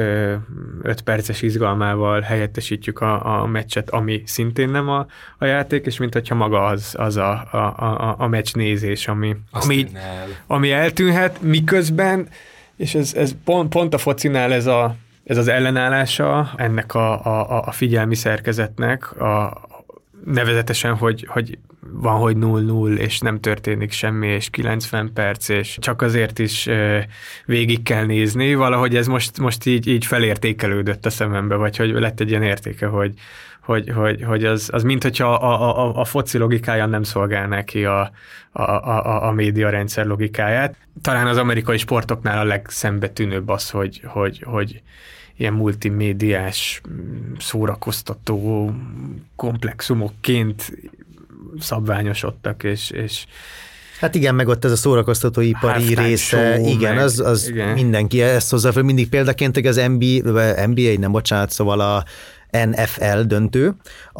öt perces izgalmával helyettesítjük a, a meccset, ami szintén nem a, a játék, és mint hogyha maga az, az a, a, a, a meccs nézés, ami, ami, ami eltűnhet, miközben, és ez, ez pont, pont a focinál ez, a, ez az ellenállása ennek a, a, a figyelmi szerkezetnek, a, nevezetesen, hogy, hogy van, hogy null null, és nem történik semmi, és kilencven perc, és csak azért is e, végig kell nézni. Valahogy ez most, most így, így felértékelődött a szemembe, vagy hogy lett egy ilyen értéke, hogy, hogy, hogy, hogy az, az mint hogyha a, a, a foci logikája nem szolgálná ki a, a, a, a médiarendszer logikáját. Talán az amerikai sportoknál a legszembetűnőbb az, hogy, hogy, hogy ilyen multimédiás, szórakoztató komplexumokként szabványosodtak, és, és hát igen, meg ott ez a szórakoztatóipari része, show, igen, meg, az, az igen. Mindenki ezt hozzá, mindig példaként, hogy az en bé á, en bé á, nem bocsánat, szóval a en ef el döntő,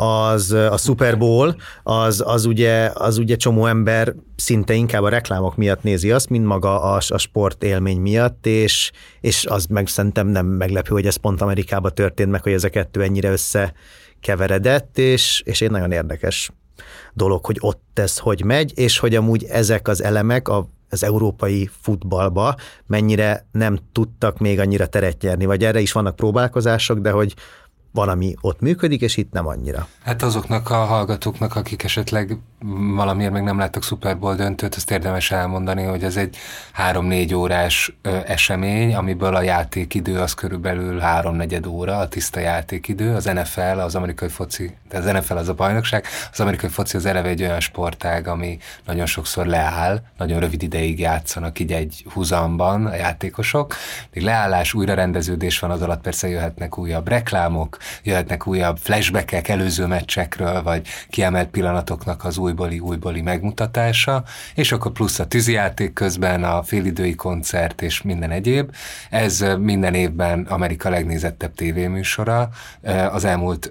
az a Super Bowl, az, az, ugye, az ugye csomó ember szinte inkább a reklámok miatt nézi azt, mint maga a, a sport élmény miatt, és, és az meg szerintem nem meglepő, hogy ez pont Amerikában történt meg, hogy ez a kettő ennyire összekeveredett, és, és egy nagyon érdekes dolog, hogy ott ez hogy megy, és hogy amúgy ezek az elemek a az európai futballba mennyire nem tudtak még annyira teret nyerni, vagy erre is vannak próbálkozások, de hogy valami ott működik, és itt nem annyira. Hát azoknak a hallgatóknak, akik esetleg valamiért meg nem láttak Super Bowl döntőt, azt érdemes elmondani, hogy ez egy három-négy órás ö, esemény, amiből a játékidő az körülbelül háromnegyed óra, a tiszta játékidő. Az en ef el, az amerikai foci, de az en ef el az a bajnokság, az amerikai foci az eleve egy olyan sportág, ami nagyon sokszor leáll, nagyon rövid ideig játszanak így egy húzamban a játékosok. Még leállás, újrarendeződés van, az alatt persze jöhetnek újabb reklámok, jöhetnek újabb flashbackek előző meccsekről, vagy kiemelt pillanatoknak az újbóli-újbóli megmutatása, és akkor plusz a tűzijáték közben, a félidői koncert és minden egyéb. Ez minden évben Amerika legnézettebb tévéműsora. Az elmúlt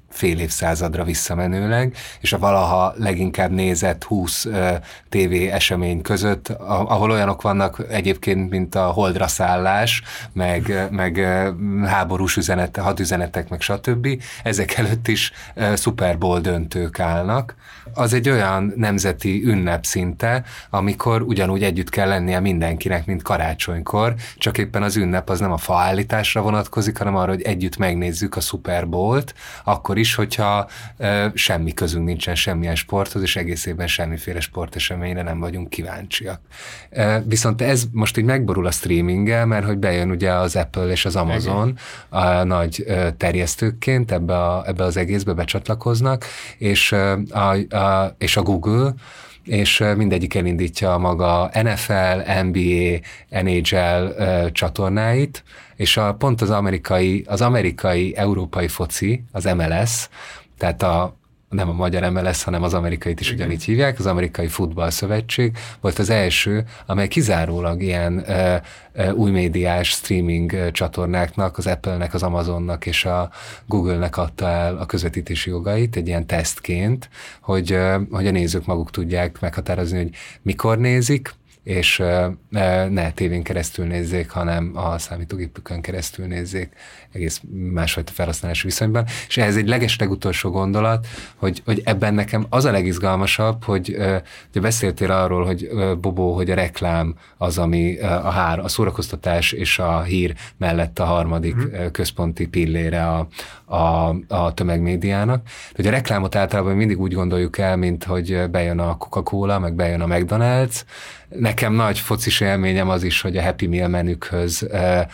fél évszázadra visszamenőleg, és a valaha leginkább nézett húsz uh, tévé esemény között, ahol olyanok vannak egyébként, mint a holdra szállás, meg, meg uh, háborús üzenetek, hadüzenetek, meg stb. Ezek előtt is uh, Super Bowl döntők állnak. Az egy olyan nemzeti ünnep szinte, amikor ugyanúgy együtt kell lennie mindenkinek, mint karácsonykor, csak éppen az ünnep az nem a faállításra vonatkozik, hanem arra, hogy együtt megnézzük a Super Bowl-t, akkor is, hogyha e, semmi közünk nincsen semmilyen sporthoz, és egész évben semmiféle sporteseményre nem vagyunk kíváncsiak. E, viszont ez most így megborul a streaminggel, mert hogy bejön ugye az Apple és az Amazon a nagy e, terjesztőkként ebbe, a, ebbe az egészbe becsatlakoznak, és a, a, és a Google, és mindegyik elindítja a maga en ef el, en bé á, en há el uh, csatornáit, és a, pont az amerikai, az amerikai európai foci, az em el es, tehát a nem a magyar em el es, hanem az amerikait is ugyanígy hívják, az Amerikai Futball Szövetség volt az első, amely kizárólag ilyen uh, uh, új médiás streaming uh, csatornáknak, az Apple-nek, az Amazonnak és a Google-nek adta el a közvetítési jogait egy ilyen tesztként, hogy, uh, hogy a nézők maguk tudják meghatározni, hogy mikor nézik, és uh, ne tévén keresztül nézzék, hanem a számítógépükön keresztül nézzék egész másfajta felhasználási viszonyban. És ehhez egy legeslegutolsó gondolat, hogy, hogy ebben nekem az a legizgalmasabb, hogy uh, beszéltél arról, hogy uh, Bobó, hogy a reklám az, ami uh, a, hár, a szórakoztatás és a hír mellett a harmadik mm. uh, központi pillére a, a, a tömegmédiának. Hogy a reklámot általában mindig úgy gondoljuk el, mint hogy bejön a Coca-Cola, meg bejön a McDonald's. Nekem nagy focis élményem az is, hogy a Happy Meal menükhöz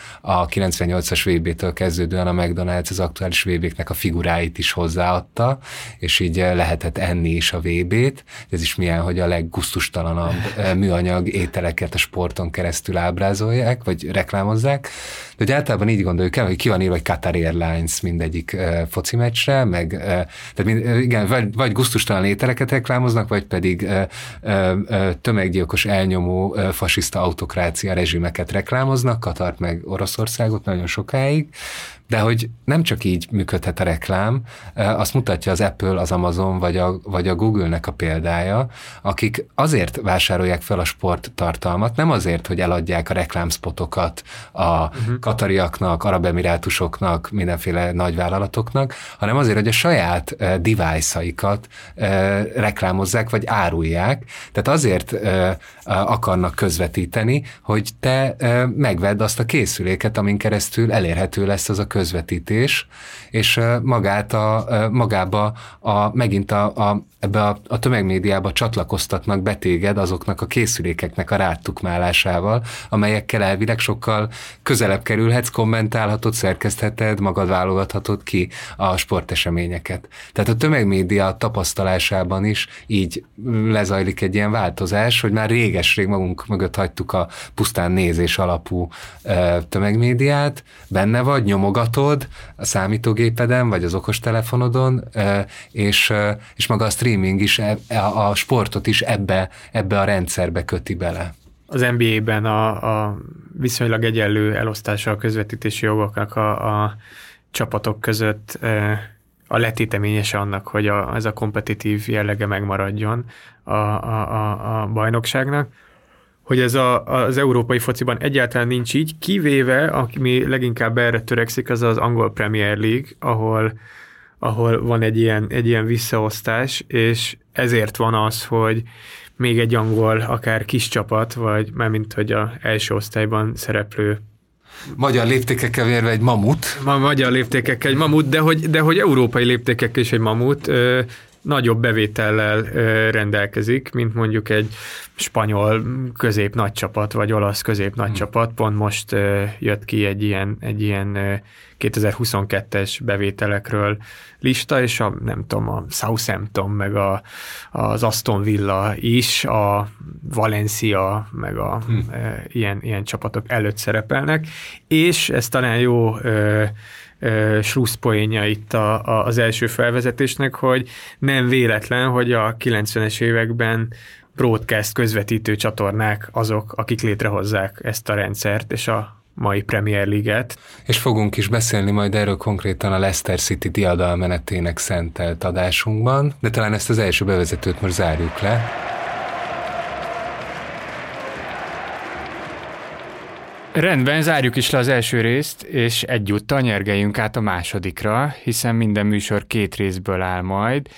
a kilencvennyolcas vé bé-től kezdődően a McDonald's az aktuális vé béknek a figuráit is hozzáadta, és így lehetett enni is a vé bét. Ez is milyen, hogy a leggusztustalanabb műanyag ételeket a sporton keresztül ábrázolják, vagy reklámozzák. De hogy általában így gondoljuk el, hogy ki van írva, hogy Qatar Airlines mindegyik uh, foci meccsre, meg uh, tehát mind, uh, igen, vagy, vagy gusztustalan ételeket reklámoznak, vagy pedig uh, uh, tömeggyilkos, elnyomó, uh, fasiszta autokrácia rezsimeket reklámoznak, Katart meg Oroszországot nagyon sokáig, de hogy nem csak így működhet a reklám, azt mutatja az Apple, az Amazon vagy a, vagy a Google-nek a példája, akik azért vásárolják fel a sporttartalmat, nem azért, hogy eladják a reklámspotokat a uh-huh. katariaknak, arab emirátusoknak, mindenféle nagyvállalatoknak, hanem azért, hogy a saját device-aikat reklámozzák, vagy árulják. Tehát azért akarnak közvetíteni, hogy te megvedd azt a készüléket, amin keresztül elérhető lesz az a közvetítés, és magát a, magába a, megint a, a, ebbe a, a tömegmédiába csatlakoztatnak be téged azoknak a készülékeknek a rátukmálásával, amelyekkel elvileg sokkal közelebb kerülhetsz, kommentálhatod, szerkesztheted, magad válogathatod ki a sporteseményeket. Tehát a tömegmédia tapasztalásában is így lezajlik egy ilyen változás, hogy már réges-rég magunk mögött hagytuk a pusztán nézés alapú tömegmédiát, benne vagy, nyomogatod a számítógépeden, vagy az okostelefonodon, és, és maga a streaming is, a sportot is ebbe, ebbe a rendszerbe köti bele. Az en bé á-ben a, a viszonylag egyenlő elosztása a közvetítési jogoknak a, a csapatok között a letéteményese annak, hogy a, ez a kompetitív jellege megmaradjon a, a, a, a bajnokságnak, hogy ez a, az európai fociban egyáltalán nincs így, kivéve, ami leginkább erre törekszik, az az angol Premier League, ahol, ahol van egy ilyen, egy ilyen visszaosztás, és ezért van az, hogy még egy angol, akár kis csapat, vagy mármint, hogy az első osztályban szereplő magyar léptékekkel vérve egy mamut. Ma, magyar léptékekkel egy mamut, de hogy, de hogy európai léptékekkel is egy mamut ö, nagyobb bevétellel ö, rendelkezik, mint mondjuk egy spanyol közép nagy csapat, vagy olasz közép nagy hmm. csapat. Pont most ö, jött ki egy ilyen, egy ilyen ö, kétezer-huszonkettes bevételekről lista, és a, nem tudom, a Southampton, meg a, az Aston Villa is, a Valencia, meg a hmm. e, ilyen, ilyen csapatok előtt szerepelnek, és ez talán jó ö, ö, slusszpoénja itt a, a, az első felvezetésnek, hogy nem véletlen, hogy a kilencvenes években broadcast közvetítő csatornák azok, akik létrehozzák ezt a rendszert, és a mai Premier League-et. És fogunk is beszélni majd erről konkrétan a Leicester City diadalmenetének szentelt adásunkban, de talán ezt az első bevezetőt most zárjuk le. Rendben, zárjuk is le az első részt, és egyúttal nyergeljünk át a másodikra, hiszen minden műsor két részből áll majd.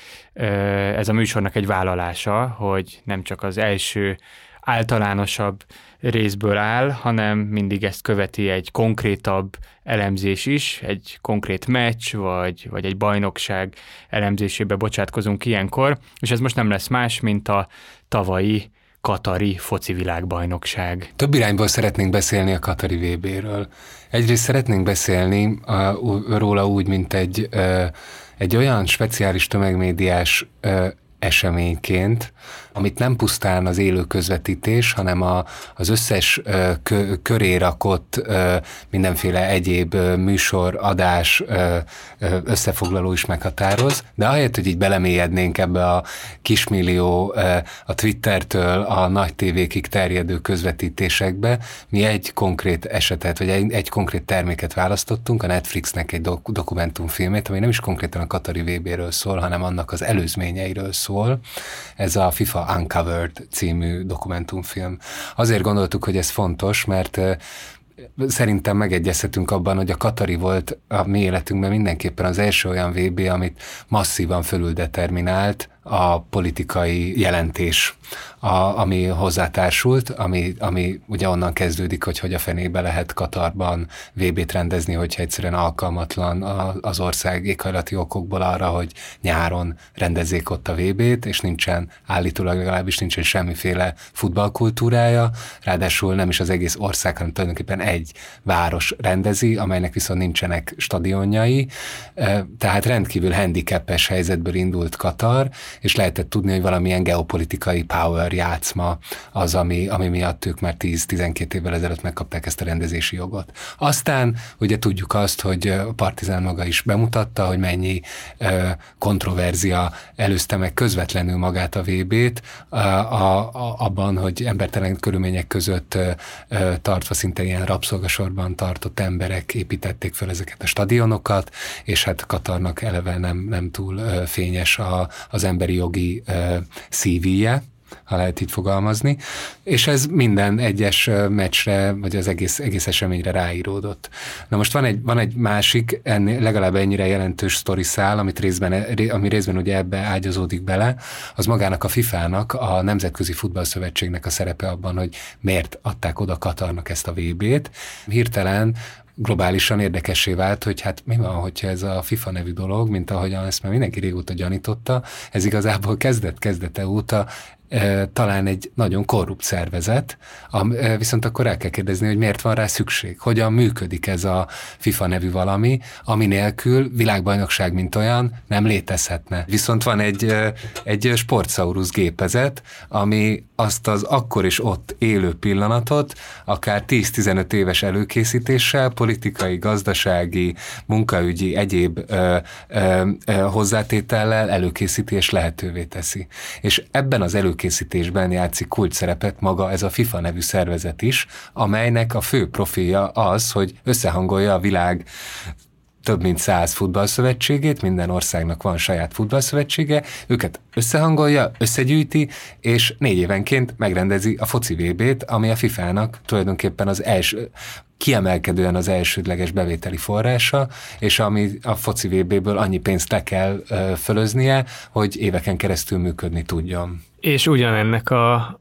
Ez a műsornak egy vállalása, hogy nem csak az első általánosabb részből áll, hanem mindig ezt követi egy konkrétabb elemzés is, egy konkrét meccs, vagy, vagy egy bajnokság elemzésébe bocsátkozunk ilyenkor, és ez most nem lesz más, mint a tavalyi katari foci világbajnokság. Több irányból szeretnénk beszélni a katari vé béről. Egyrészt szeretnénk beszélni a, róla úgy, mint egy, ö, egy olyan speciális tömegmédiás ö, eseményként, amit nem pusztán az élő közvetítés, hanem a, az összes ö, kö, köré rakott ö, mindenféle egyéb ö, műsor, adás, ö, ö, összefoglaló is meghatároz, de ahelyett, hogy így belemélyednénk ebbe a kismillió ö, a Twittertől a nagy tévékig terjedő közvetítésekbe, mi egy konkrét esetet, vagy egy, egy konkrét terméket választottunk, a Netflixnek egy dok- dokumentumfilmét, ami nem is konkrétan a katari vé béről szól, hanem annak az előzményeiről szól. Ez a FIFA Uncovered című dokumentumfilm. Azért gondoltuk, hogy ez fontos, mert szerintem megegyezhetünk abban, hogy a katari volt a mi életünkben mindenképpen az első olyan vé bé, amit masszívan fölüldeterminált a politikai jelentés, a, ami hozzátársult, ami, ami ugye onnan kezdődik, hogy hogy a fenébe lehet Katarban vé bét rendezni, hogyha egyszerűen alkalmatlan az ország éghajlati okokból arra, hogy nyáron rendezzék ott a vé bét, és nincsen, állítólag legalábbis nincsen semmiféle futballkultúrája, ráadásul nem is az egész ország, hanem tulajdonképpen egy város rendezi, amelynek viszont nincsenek stadionjai, tehát rendkívül handicapes helyzetből indult Katar, és lehetett tudni, hogy valamilyen geopolitikai power játszma az, ami, ami miatt ők már tíz-tizenkét évvel ezelőtt megkapták ezt a rendezési jogot. Aztán ugye tudjuk azt, hogy a Partizán maga is bemutatta, hogy mennyi uh, kontroverzia előzte meg közvetlenül magát a vé bét, uh, a, a, abban, hogy embertelen körülmények között uh, uh, tartva szinte ilyen rabszolgasorban tartott emberek építették fel ezeket a stadionokat, és hát Katarnak eleve nem, nem túl uh, fényes a, az emberi jogi uh, szívíje, ha lehet így fogalmazni, és ez minden egyes meccsre, vagy az egész, egész eseményre ráíródott. Na most van egy, van egy másik, ennél, legalább ennyire jelentős sztoriszál, amit részben, ami részben ugye ebbe ágyazódik bele, az magának a fifának, a Nemzetközi Futballszövetségnek a szerepe abban, hogy miért adták oda Katarnak ezt a vé bét. Hirtelen globálisan érdekessé vált, hogy hát mi van, hogyha ez a FIFA nevű dolog, mint ahogyan ezt már mindenki régóta gyanította, ez igazából kezdet-kezdete óta e, talán egy nagyon korrupt szervezet, am, e, viszont akkor el kell kérdezni, hogy miért van rá szükség, hogyan működik ez a FIFA nevű valami, ami nélkül világbajnokság mint olyan nem létezhetne. Viszont van egy, egy sportsaurus gépezet, ami azt az akkor is ott élő pillanatot, akár tíz-tizenöt éves előkészítéssel, politikai, gazdasági, munkaügyi, egyéb ö, ö, ö, hozzátétellel előkészíti és lehetővé teszi. És ebben az előkészítésben játszik kulcs szerepet maga ez a FIFA nevű szervezet is, amelynek a fő profilja az, hogy összehangolja a világ több mint száz futballszövetségét, minden országnak van saját futballszövetsége, őket összehangolja, összegyűjti, és négy évenként megrendezi a foci vé bét, ami a fifának tulajdonképpen az első, kiemelkedően az elsődleges bevételi forrása, és ami a foci vé béből annyi pénzt le kell ö, fölöznie, hogy éveken keresztül működni tudjon. És ugyanennek a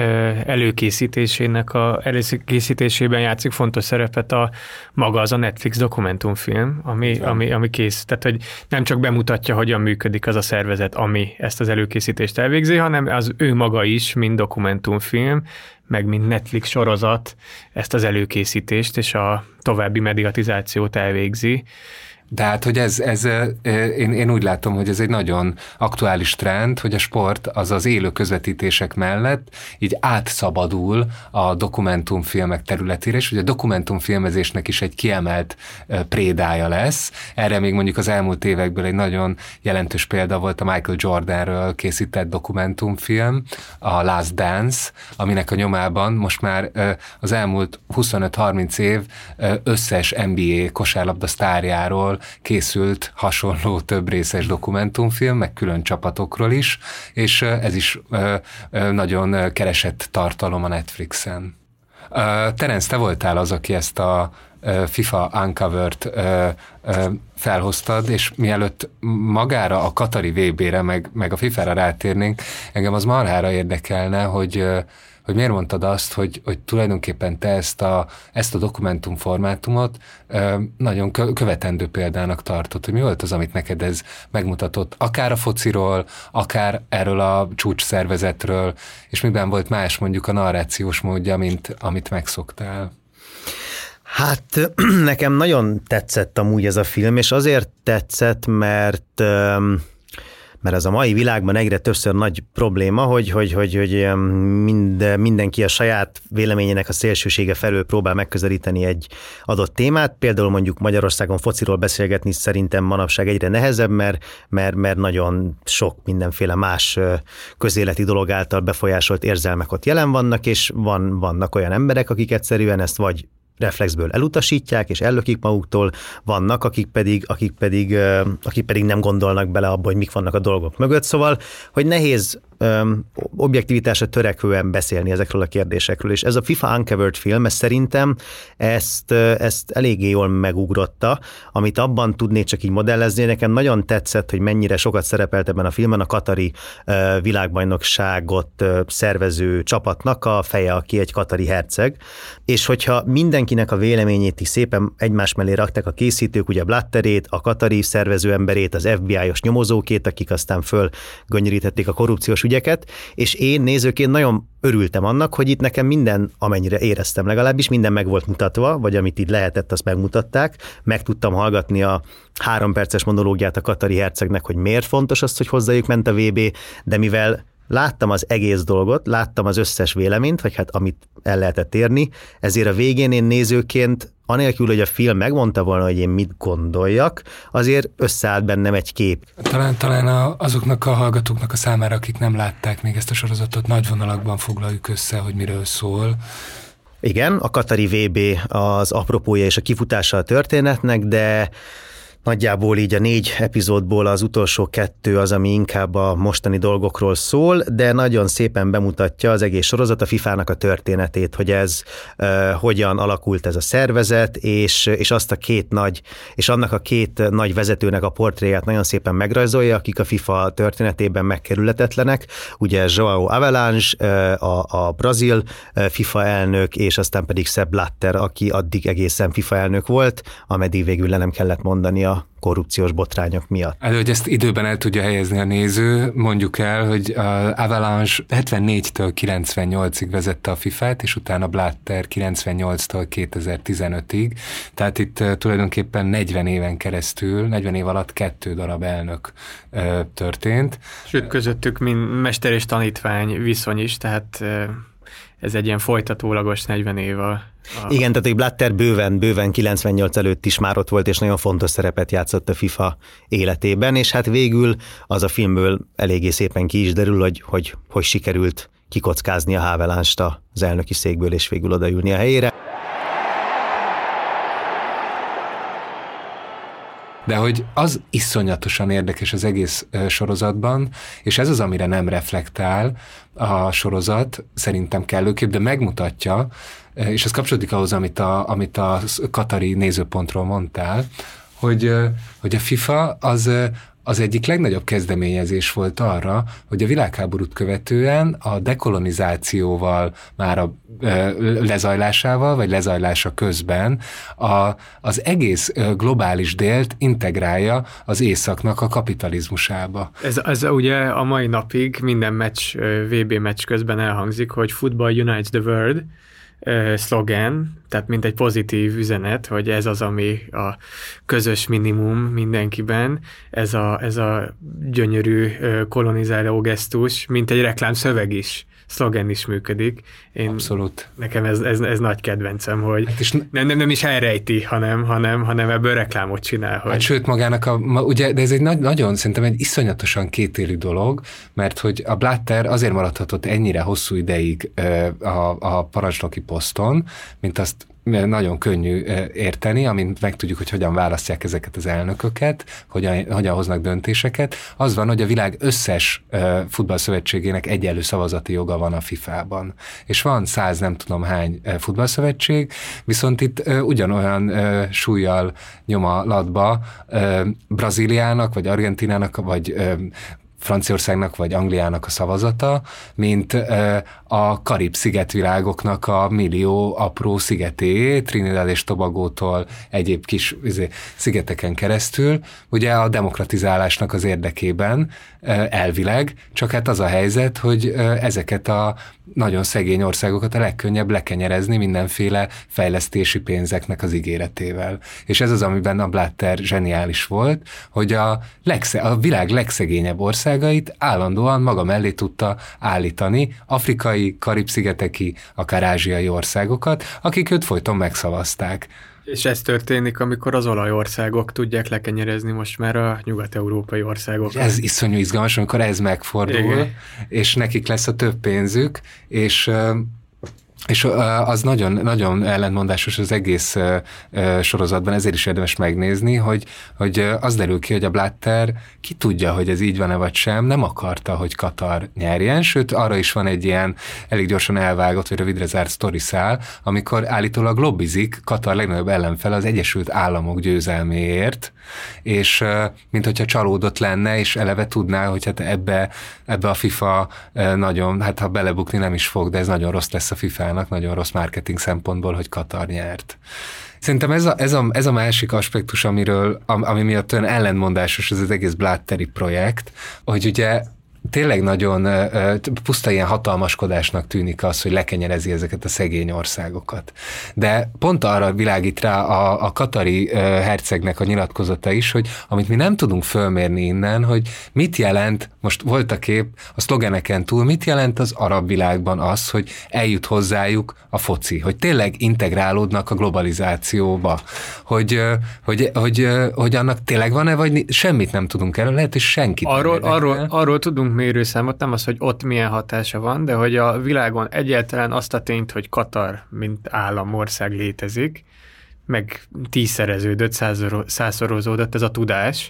előkészítésének a előkészítésében játszik fontos szerepet a maga az a Netflix dokumentumfilm, ami, ami, ami kész. Tehát, hogy nem csak bemutatja, hogyan működik az a szervezet, ami ezt az előkészítést elvégzi, hanem az ő maga is, mint dokumentumfilm, meg mint Netflix sorozat ezt az előkészítést és a további mediatizációt elvégzi. De hát, hogy ez, ez én, én úgy látom, hogy ez egy nagyon aktuális trend, hogy a sport az az élő közvetítések mellett így átszabadul a dokumentumfilmek területére, és hogy a dokumentumfilmezésnek is egy kiemelt prédája lesz. Erre még mondjuk az elmúlt évekből egy nagyon jelentős példa volt a Michael Jordanről készített dokumentumfilm, a Last Dance, aminek a nyomában most már az elmúlt huszonöt-harminc év összes en bé á kosárlabda sztárjáról készült hasonló több részes dokumentumfilm, meg külön csapatokról is, és ez is nagyon keresett tartalom a Netflixen. Terence, te voltál az, aki ezt a FIFA Uncovered felhoztad, és mielőtt magára a katari vé bére, meg, meg a fifára rátérnénk, engem az marhára érdekelne, hogy hogy miért mondtad azt, hogy, hogy tulajdonképpen te ezt a, ezt a dokumentumformátumot nagyon követendő példának tartod, hogy mi volt az, amit neked ez megmutatott, akár a fociról, akár erről a csúcsszervezetről, és miben volt más mondjuk a narrációs módja, mint amit megszoktál? Hát nekem nagyon tetszett amúgy ez a film, és azért tetszett, mert... mert ez a mai világban egyre többször nagy probléma, hogy, hogy, hogy, hogy mind, mindenki a saját véleményének a szélsősége felől próbál megközelíteni egy adott témát. Például mondjuk Magyarországon fociról beszélgetni szerintem manapság egyre nehezebb, mert, mert, mert nagyon sok mindenféle más közéleti dolog által befolyásolt érzelmek ott jelen vannak, és van, vannak olyan emberek, akik egyszerűen ezt vagy reflexből elutasítják, és ellökik maguktól, vannak, akik pedig, akik pedig, akik pedig nem gondolnak bele abba, hogy mik vannak a dolgok mögött. Szóval, hogy nehéz öm, objektivitásra törekvően beszélni ezekről a kérdésekről, és ez a FIFA Uncovered film, ez szerintem ezt, ezt eléggé jól megugrotta, amit abban tudnék csak így modellezni. Nekem nagyon tetszett, hogy mennyire sokat szerepelt ebben a filmben a katari uh, világbajnokságot uh, szervező csapatnak a feje, aki egy katari herceg, és hogyha mindenkinek a véleményét is szépen egymás mellé rakták a készítők, ugye Blatterét, a katari szervező emberét, az ef bé i-os nyomozókét, akik aztán fölgönyörítették a korrupciós ügyeket, és én nézőként nagyon örültem annak, hogy itt nekem minden, amennyire éreztem legalábbis, minden meg volt mutatva, vagy amit itt lehetett, azt megmutatták. Meg tudtam hallgatni a három perces monológiát a katari hercegnek, hogy miért fontos az, hogy hozzájuk ment a vé bé, de mivel láttam az egész dolgot, láttam az összes véleményt, vagy hát amit el lehetett érni, ezért a végén én nézőként, anélkül, hogy a film megmondta volna, hogy én mit gondoljak, azért összeállt bennem egy kép. Talán, talán a, azoknak a hallgatóknak a számára, akik nem látták még ezt a sorozatot, nagy vonalakban foglaljuk össze, hogy miről szól. Igen, a katari vé bé az apropója és a kifutása a történetnek, de nagyjából így a négy epizódból az utolsó kettő az, ami inkább a mostani dolgokról szól, de nagyon szépen bemutatja az egész sorozat a fifának a történetét, hogy ez uh, hogyan alakult ez a szervezet, és, és azt a két nagy, és annak a két nagy vezetőnek a portréját nagyon szépen megrajzolja, akik a FIFA történetében megkerülhetetlenek. Ugye João Avalanche, uh, a, a brazil uh, FIFA elnök, és aztán pedig Sepp Blatter, aki addig egészen FIFA elnök volt, ameddig végül le nem kellett mondani a korrupciós botrányok miatt. Elő, hogy ezt időben el tudja helyezni a néző, mondjuk el, hogy Avalanche hetvennégytől kilencvennyolcig vezette a fifát, és utána Blatter kilencvennyolctól kétezer-tizenötig, tehát itt tulajdonképpen negyven éven keresztül, negyven év alatt kettő darab elnök történt. Sőt, közöttük mind mester és tanítvány viszony is, tehát ez egy ilyen folytatólagos negyven év a... A... Igen, tehát egy Blatter bőven, bőven kilencvennyolc előtt is már ott volt, és nagyon fontos szerepet játszott a FIFA életében, és hát végül az a filmből eléggé szépen ki is derül, hogy hogy, hogy sikerült kikockázni a Havelanche-t az elnöki székből, és végül odaülni a helyére. De hogy az iszonyatosan érdekes az egész sorozatban, és ez az, amire nem reflektál a sorozat, szerintem kellőképp, de megmutatja, és ez kapcsolódik ahhoz, amit a, amit a katari nézőpontról mondtál, hogy, hogy a FIFA az, az egyik legnagyobb kezdeményezés volt arra, hogy a világháborút követően a dekolonizációval, már a lezajlásával, vagy lezajlása közben a, az egész globális délt integrálja az északnak a kapitalizmusába. Ez, ez ugye a mai napig minden meccs, vé bé meccs közben elhangzik, hogy football unites the world, szlogen, tehát mint egy pozitív üzenet, hogy ez az, ami a közös minimum mindenkiben, ez a, ez a gyönyörű kolonizáló gesztus, mint egy reklámszöveg is, szlogen is működik. Én, Abszolút. Nekem ez, ez, ez nagy kedvencem, hogy hát és nem, nem, nem is elrejti, hanem, hanem, hanem ebből reklámot csinál. Hogy... Hát sőt, magának a, ma, ugye, de ez egy nagy, nagyon, szerintem egy iszonyatosan kétélű dolog, mert hogy a Blatter azért maradhatott ennyire hosszú ideig a, a parancsnoki poszton, mint azt nagyon könnyű érteni, amint megtudjuk, hogy hogyan választják ezeket az elnököket, hogyan, hogyan hoznak döntéseket. Az van, hogy a világ összes futballszövetségének egyenlő szavazati joga van a fifában. És van száz nem tudom hány futballszövetség, viszont itt ugyanolyan súllyal nyom a latba Brazíliának, vagy Argentinának, vagy Franciaországnak vagy Angliának a szavazata, mint a Karib-szigetvilágoknak a millió apró szigeté, Trinidad és Tobagótól egyéb kis szigeteken keresztül, ugye a demokratizálásnak az érdekében elvileg, csak hát az a helyzet, hogy ezeket a nagyon szegény országokat a legkönnyebb lekenyerezni mindenféle fejlesztési pénzeknek az ígéretével. És ez az, amiben a Blatter zseniális volt, hogy a, legsze- a világ legszegényebb országait állandóan maga mellé tudta állítani, afrikai, karib-szigeteki, akár ázsiai országokat, akik őt folyton megszavazták. És ez történik, amikor az olajországok tudják lekenyerezni most már a nyugat-európai országokat. Ez iszonyú izgalmas, amikor ez megfordul, igen. És nekik lesz a több pénzük, és... És az nagyon, nagyon ellentmondásos az egész sorozatban, ezért is érdemes megnézni, hogy, hogy az derül ki, hogy a Blatter ki tudja, hogy ez így van-e vagy sem, nem akarta, hogy Katar nyerjen, sőt arra is van egy ilyen elég gyorsan elvágott, vagy rövidre zárt sztoriszál, amikor állítólag lobbizik Katar legnagyobb ellenfele az Egyesült Államok győzelméért, és mint hogyha csalódott lenne, és eleve tudná, hogy hát ebbe, ebbe a FIFA nagyon, hát ha belebukni nem is fog, de ez nagyon rossz lesz a fifának, nagyon rossz marketing szempontból, hogy Katar nyert. Szerintem ez a, ez a, ez a másik aspektus, amiről, ami miatt olyan ellentmondásos ez az egész Blatteri projekt, hogy ugye tényleg nagyon puszta ilyen hatalmaskodásnak tűnik az, hogy lekenyerezi ezeket a szegény országokat. De pont arra világít rá a, a katari hercegnek a nyilatkozata is, hogy amit mi nem tudunk fölmérni innen, hogy mit jelent, most volt a kép a szlogeneken túl, mit jelent az arab világban az, hogy eljut hozzájuk a foci, hogy tényleg integrálódnak a globalizációba, hogy, hogy, hogy, hogy annak tényleg van-e, vagy semmit nem tudunk erről, lehet, hogy senkit arról, nem arról, arról tudunk mérőszámot, nem az, hogy ott milyen hatása van, de hogy a világon egyáltalán azt a tényt, hogy Katar, mint államország létezik, meg tízszereződött, százszorozódott ez a tudás,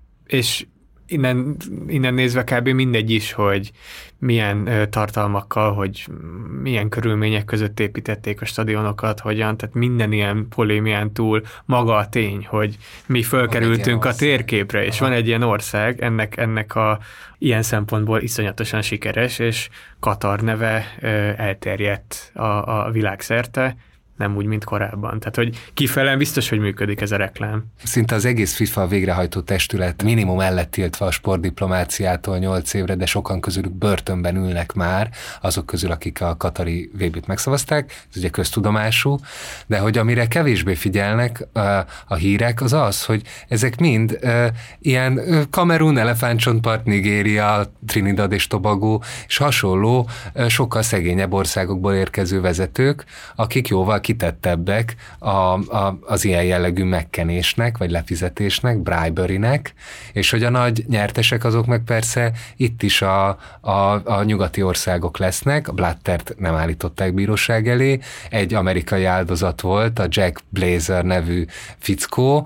és innen, innen nézve kb. Mindegy is, hogy milyen ö, tartalmakkal, hogy milyen körülmények között építették a stadionokat, hogyan, tehát minden ilyen polémián túl maga a tény, hogy mi fölkerültünk a térképre, és Aha. van egy ilyen ország, ennek, ennek a ilyen szempontból iszonyatosan sikeres, és Katar neve ö, elterjedt a, a világszerte, nem úgy, mint korábban. Tehát, hogy kifele biztos, hogy működik ez a reklám. Szinte az egész FIFA végrehajtó testület minimum el lett tiltva a sportdiplomáciától nyolc évre, de sokan közülük börtönben ülnek már, azok közül, akik a katari vé bét megszavazták, ez ugye köztudomású, de hogy amire kevésbé figyelnek a, a hírek, az az, hogy ezek mind uh, ilyen uh, Kamerun, Elefántcsontpart, Nigéria, Trinidad és Tobago, és hasonló uh, sokkal szegényebb országokból érkező vezetők, akik jóval kitettebbek a, a, az ilyen jellegű megkenésnek, vagy lefizetésnek, briberynek, és hogy a nagy nyertesek azok meg persze itt is a, a, a nyugati országok lesznek, a Blattert nem állították bíróság elé, egy amerikai áldozat volt, a Jack Blazer nevű fickó,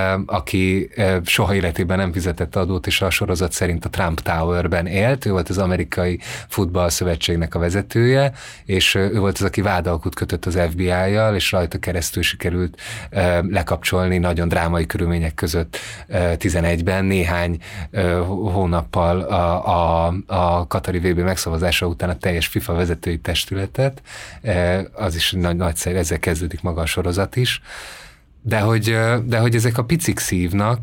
aki soha életében nem fizetett adót, és a sorozat szerint a Trump Towerben élt, ő volt az amerikai futballszövetségnek a vezetője, és ő volt az, aki vádalkut kötött az ef bé i-jal, és rajta keresztül sikerült uh, lekapcsolni nagyon drámai körülmények között uh, tizenegyben, néhány uh, hónappal a, a, a katari vé bé megszavazása után a teljes FIFA vezetői testületet. Uh, az is nagy, nagyszerű, ezzel kezdődik maga a sorozat is. De hogy, de hogy ezek a picik szívnak,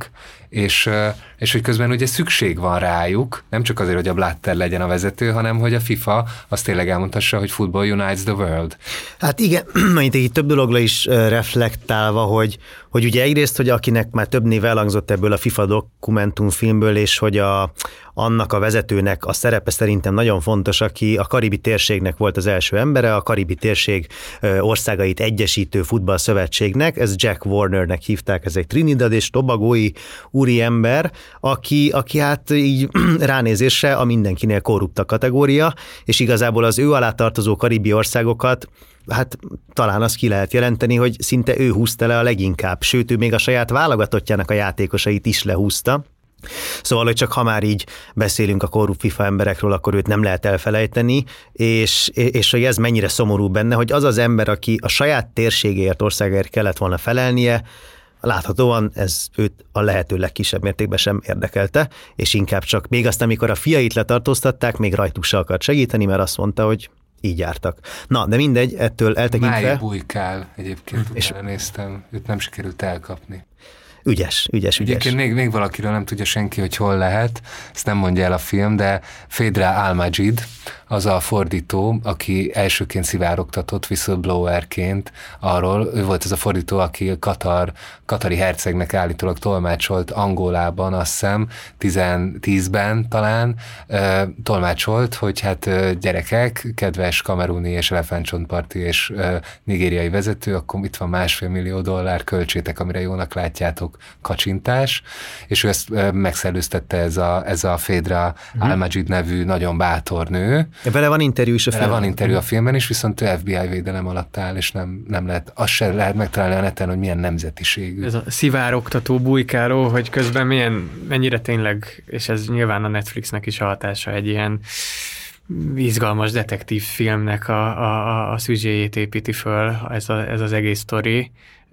és, és hogy közben ugye szükség van rájuk, nem csak azért, hogy a Blatter legyen a vezető, hanem hogy a FIFA azt tényleg elmondhassa, hogy football unites the world. Hát igen, itt egy több dologra is reflektálva, hogy, hogy ugye egyrészt, hogy akinek már több név elhangzott ebből a FIFA dokumentumfilmből, és hogy a, annak a vezetőnek a szerepe szerintem nagyon fontos, aki a karibi térségnek volt az első embere, a karibi térség országait egyesítő futballszövetségnek, ez Jack Warnernek hívták, ez egy Trinidad és Tobagói úri ember, aki, aki hát így ránézésre a mindenkinél korrupt a kategória, és igazából az ő alá tartozó karibi országokat hát talán azt ki lehet jelenteni, hogy szinte ő húzta le a leginkább, sőt, ő még a saját válogatottjának a játékosait is lehúzta. Szóval, hogy csak ha már így beszélünk a korrupt FIFA emberekről, akkor őt nem lehet elfelejteni, és, és hogy ez mennyire szomorú benne, hogy az az ember, aki a saját térségéért, országért kellett volna felelnie, láthatóan ez őt a lehető legkisebb mértékben sem érdekelte, és inkább csak még azt, amikor a fiait letartóztatták, még rajtuk se akart segíteni, mert azt mondta, hogy így jártak. Na, de mindegy, ettől eltekintve... Máj Bujkál egyébként, és utána néztem, őt nem sikerült elkapni. Ügyes, ügyes, ügyes. Egyébként még, még valakiről nem tudja senki, hogy hol lehet, ezt nem mondja el a film, de Fedra Al-Majid, az a fordító, aki elsőként szivárogtatott whistleblowerként arról, ő volt ez a fordító, aki Katar, katari hercegnek állítólag tolmácsolt Angolában, azt hiszem, tízben talán, uh, tolmácsolt, hogy hát uh, gyerekek, kedves kameruni és elefántcsontparti és uh, nigériai vezető, akkor itt van másfél millió dollár, költsétek, amire jónak látjátok, kacsintás, és ő ezt uh, megszellőztette ez a, ez a Fedra uh-huh. Al-Majid nevű nagyon bátor nő. Vele van interjú is a filmben. Vele van interjú a filmben is, viszont ő ef bé i védelem alatt áll, és nem, nem lehet, azt se lehet megtalálni a neten, hogy milyen nemzetiségű. Ez a szivárogtató, bujkáló, hogy közben milyen, mennyire tényleg, és ez nyilván a Netflixnek is a hatása, egy ilyen izgalmas detektív filmnek a, a, a szüzséjét építi föl ez, a, ez az egész sztori.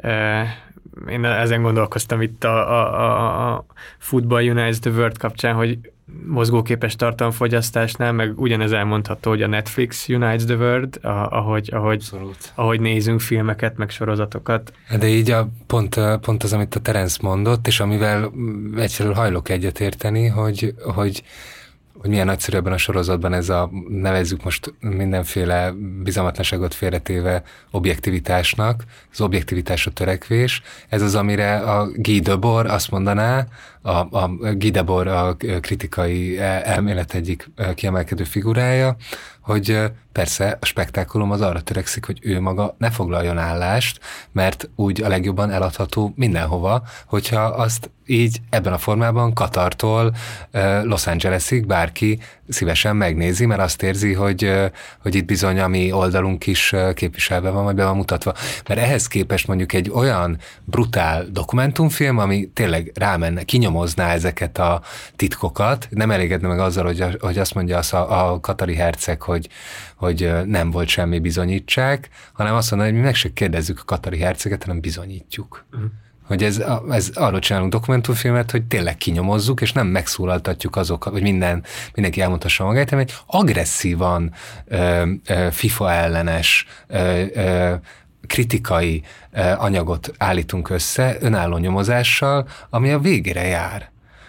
Én ezen gondolkoztam itt a, a, a Football Unites the World kapcsán, hogy mozgóképes tartalomfogyasztásnál, meg ugyanez elmondható, hogy a Netflix Unites the World, ahogy, ahogy, ahogy nézünk filmeket, meg sorozatokat. De így a, pont, pont az, amit a Terence mondott, és amivel egyfelől hajlok egyetérteni, hogy, hogy hogy milyen nagyszerű ebben a sorozatban ez a, nevezzük most mindenféle bizalmatlanságot félretéve objektivitásnak, az objektivitásra törekvés. Ez az, amire a Guy Debord azt mondaná, a, a Guy Debord a kritikai elmélet egyik kiemelkedő figurája, hogy persze a spektákulum az arra törekszik, hogy ő maga ne foglaljon állást, mert úgy a legjobban eladható mindenhova, hogyha azt így ebben a formában Katartól Los Angelesig bárki szívesen megnézi, mert azt érzi, hogy, hogy itt bizony a mi oldalunk is képviselve van, vagy be van mutatva. Mert ehhez képest mondjuk egy olyan brutál dokumentumfilm, ami tényleg rámenne, kinyomozná ezeket a titkokat, nem elégedne meg azzal, hogy, hogy azt mondja az a, a katari herceg, hogy, hogy nem volt semmi bizonyítsák, hanem azt mondja, hogy mi meg se kérdezzük a katari herceget, hanem bizonyítjuk. Uh-huh. Hogy ez, ez arról csinálunk dokumentumfilmet, hogy tényleg kinyomozzuk, és nem megszólaltatjuk azokat, hogy minden, mindenki elmondhassa magát, hanem egy agresszívan ö, ö, FIFA ellenes ö, ö, kritikai ö, anyagot állítunk össze önálló nyomozással, ami a végére jár.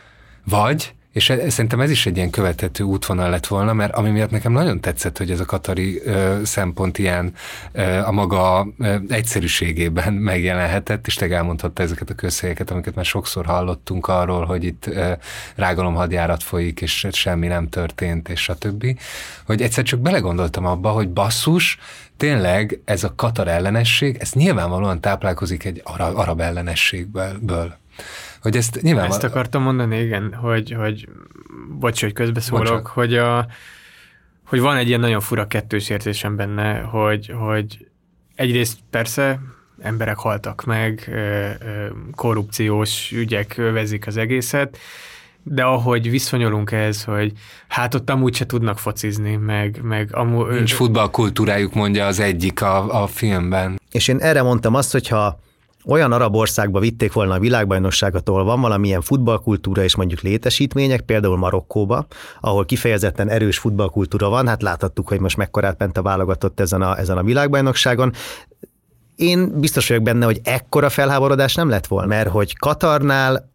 Vagy, és szerintem ez is egy ilyen követhető útvonal lett volna, mert ami miatt nekem nagyon tetszett, hogy ez a katari ö, szempont ilyen ö, a maga ö, egyszerűségében megjelenhetett, és te elmondhatta ezeket a közhelyeket, amiket már sokszor hallottunk arról, hogy itt ö, rágalomhadjárat folyik, és semmi nem történt, és stb. Hogy egyszer csak belegondoltam abba, hogy basszus, tényleg ez a Katar ellenesség, ez nyilvánvalóan táplálkozik egy arab, arab ellenességből. Hogy ezt nyilván... Ezt akartam mondani, igen, hogy, hogy bocs, hogy közbeszólok, hogy, a, hogy van egy ilyen nagyon fura kettős érzésem benne, hogy, hogy egyrészt persze emberek haltak meg, korrupciós ügyek övezik az egészet, de ahogy viszonyulunk ehhez, hogy hát ott amúgy se tudnak focizni, meg... meg amúgy, nincs futballkultúrájuk, mondja az egyik a, a filmben. És én erre mondtam azt, hogyha olyan arab országba vitték volna a világbajnokságot, ahol van valamilyen futballkultúra és mondjuk létesítmények, például Marokkóba, ahol kifejezetten erős futballkultúra van, hát láthattuk, hogy most mekkorát ment a válogatott ezen a, ezen a világbajnokságon. Én biztos vagyok benne, hogy ekkora felháborodás nem lett volna, mert hogy Katarnál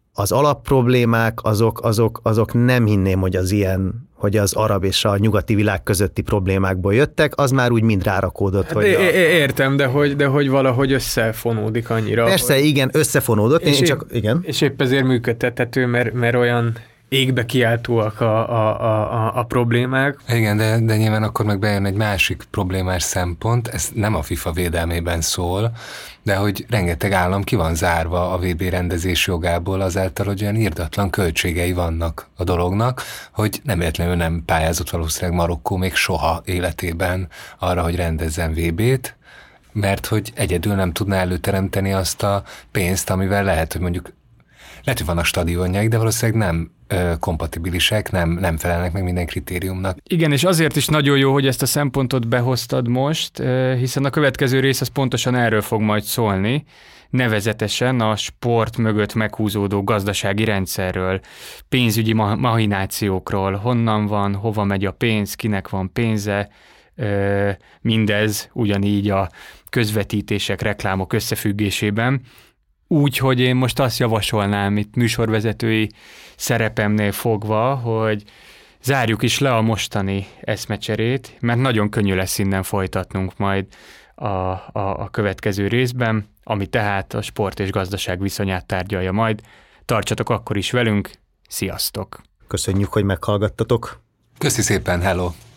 az alapproblémák, azok, azok, azok nem hinném, hogy az ilyen, hogy az arab és a nyugati világ közötti problémákból jöttek, az már úgy mind rárakódott. Hát hogy é- a... Értem, de hogy, de hogy valahogy összefonódik annyira. Persze, hogy... igen, összefonódott, és én épp, csak, igen. És épp ezért működtethető, mert, mert olyan égbe kiáltóak a, a, a, a problémák. Igen, de, de nyilván akkor meg bejön egy másik problémás szempont, ez nem a FIFA védelmében szól, de hogy rengeteg állam ki van zárva a vé bé rendezés jogából azáltal, hogy olyan irdatlan költségei vannak a dolognak, hogy nem véletlenül nem pályázott valószínűleg Marokkó még soha életében arra, hogy rendezzen vé bét, mert hogy egyedül nem tudná előteremteni azt a pénzt, amivel lehet, hogy mondjuk lehet, hogy vannak stadionjaik, de valószínűleg nem ö, kompatibilisek, nem, nem felelnek meg minden kritériumnak. Igen, és azért is nagyon jó, hogy ezt a szempontot behoztad most, hiszen a következő rész az pontosan erről fog majd szólni, nevezetesen a sport mögött meghúzódó gazdasági rendszerről, pénzügyi mahinációkról, honnan van, hova megy a pénz, kinek van pénze, mindez ugyanígy a közvetítések, reklámok összefüggésében. Úgy, hogy én most azt javasolnám itt műsorvezetői szerepemnél fogva, hogy zárjuk is le a mostani eszmecserét, mert nagyon könnyű lesz innen folytatnunk majd a, a, a következő részben, ami tehát a sport és gazdaság viszonyát tárgyalja majd. Tartsatok akkor is velünk, sziasztok! Köszönjük, hogy meghallgattatok! Köszi szépen, hello!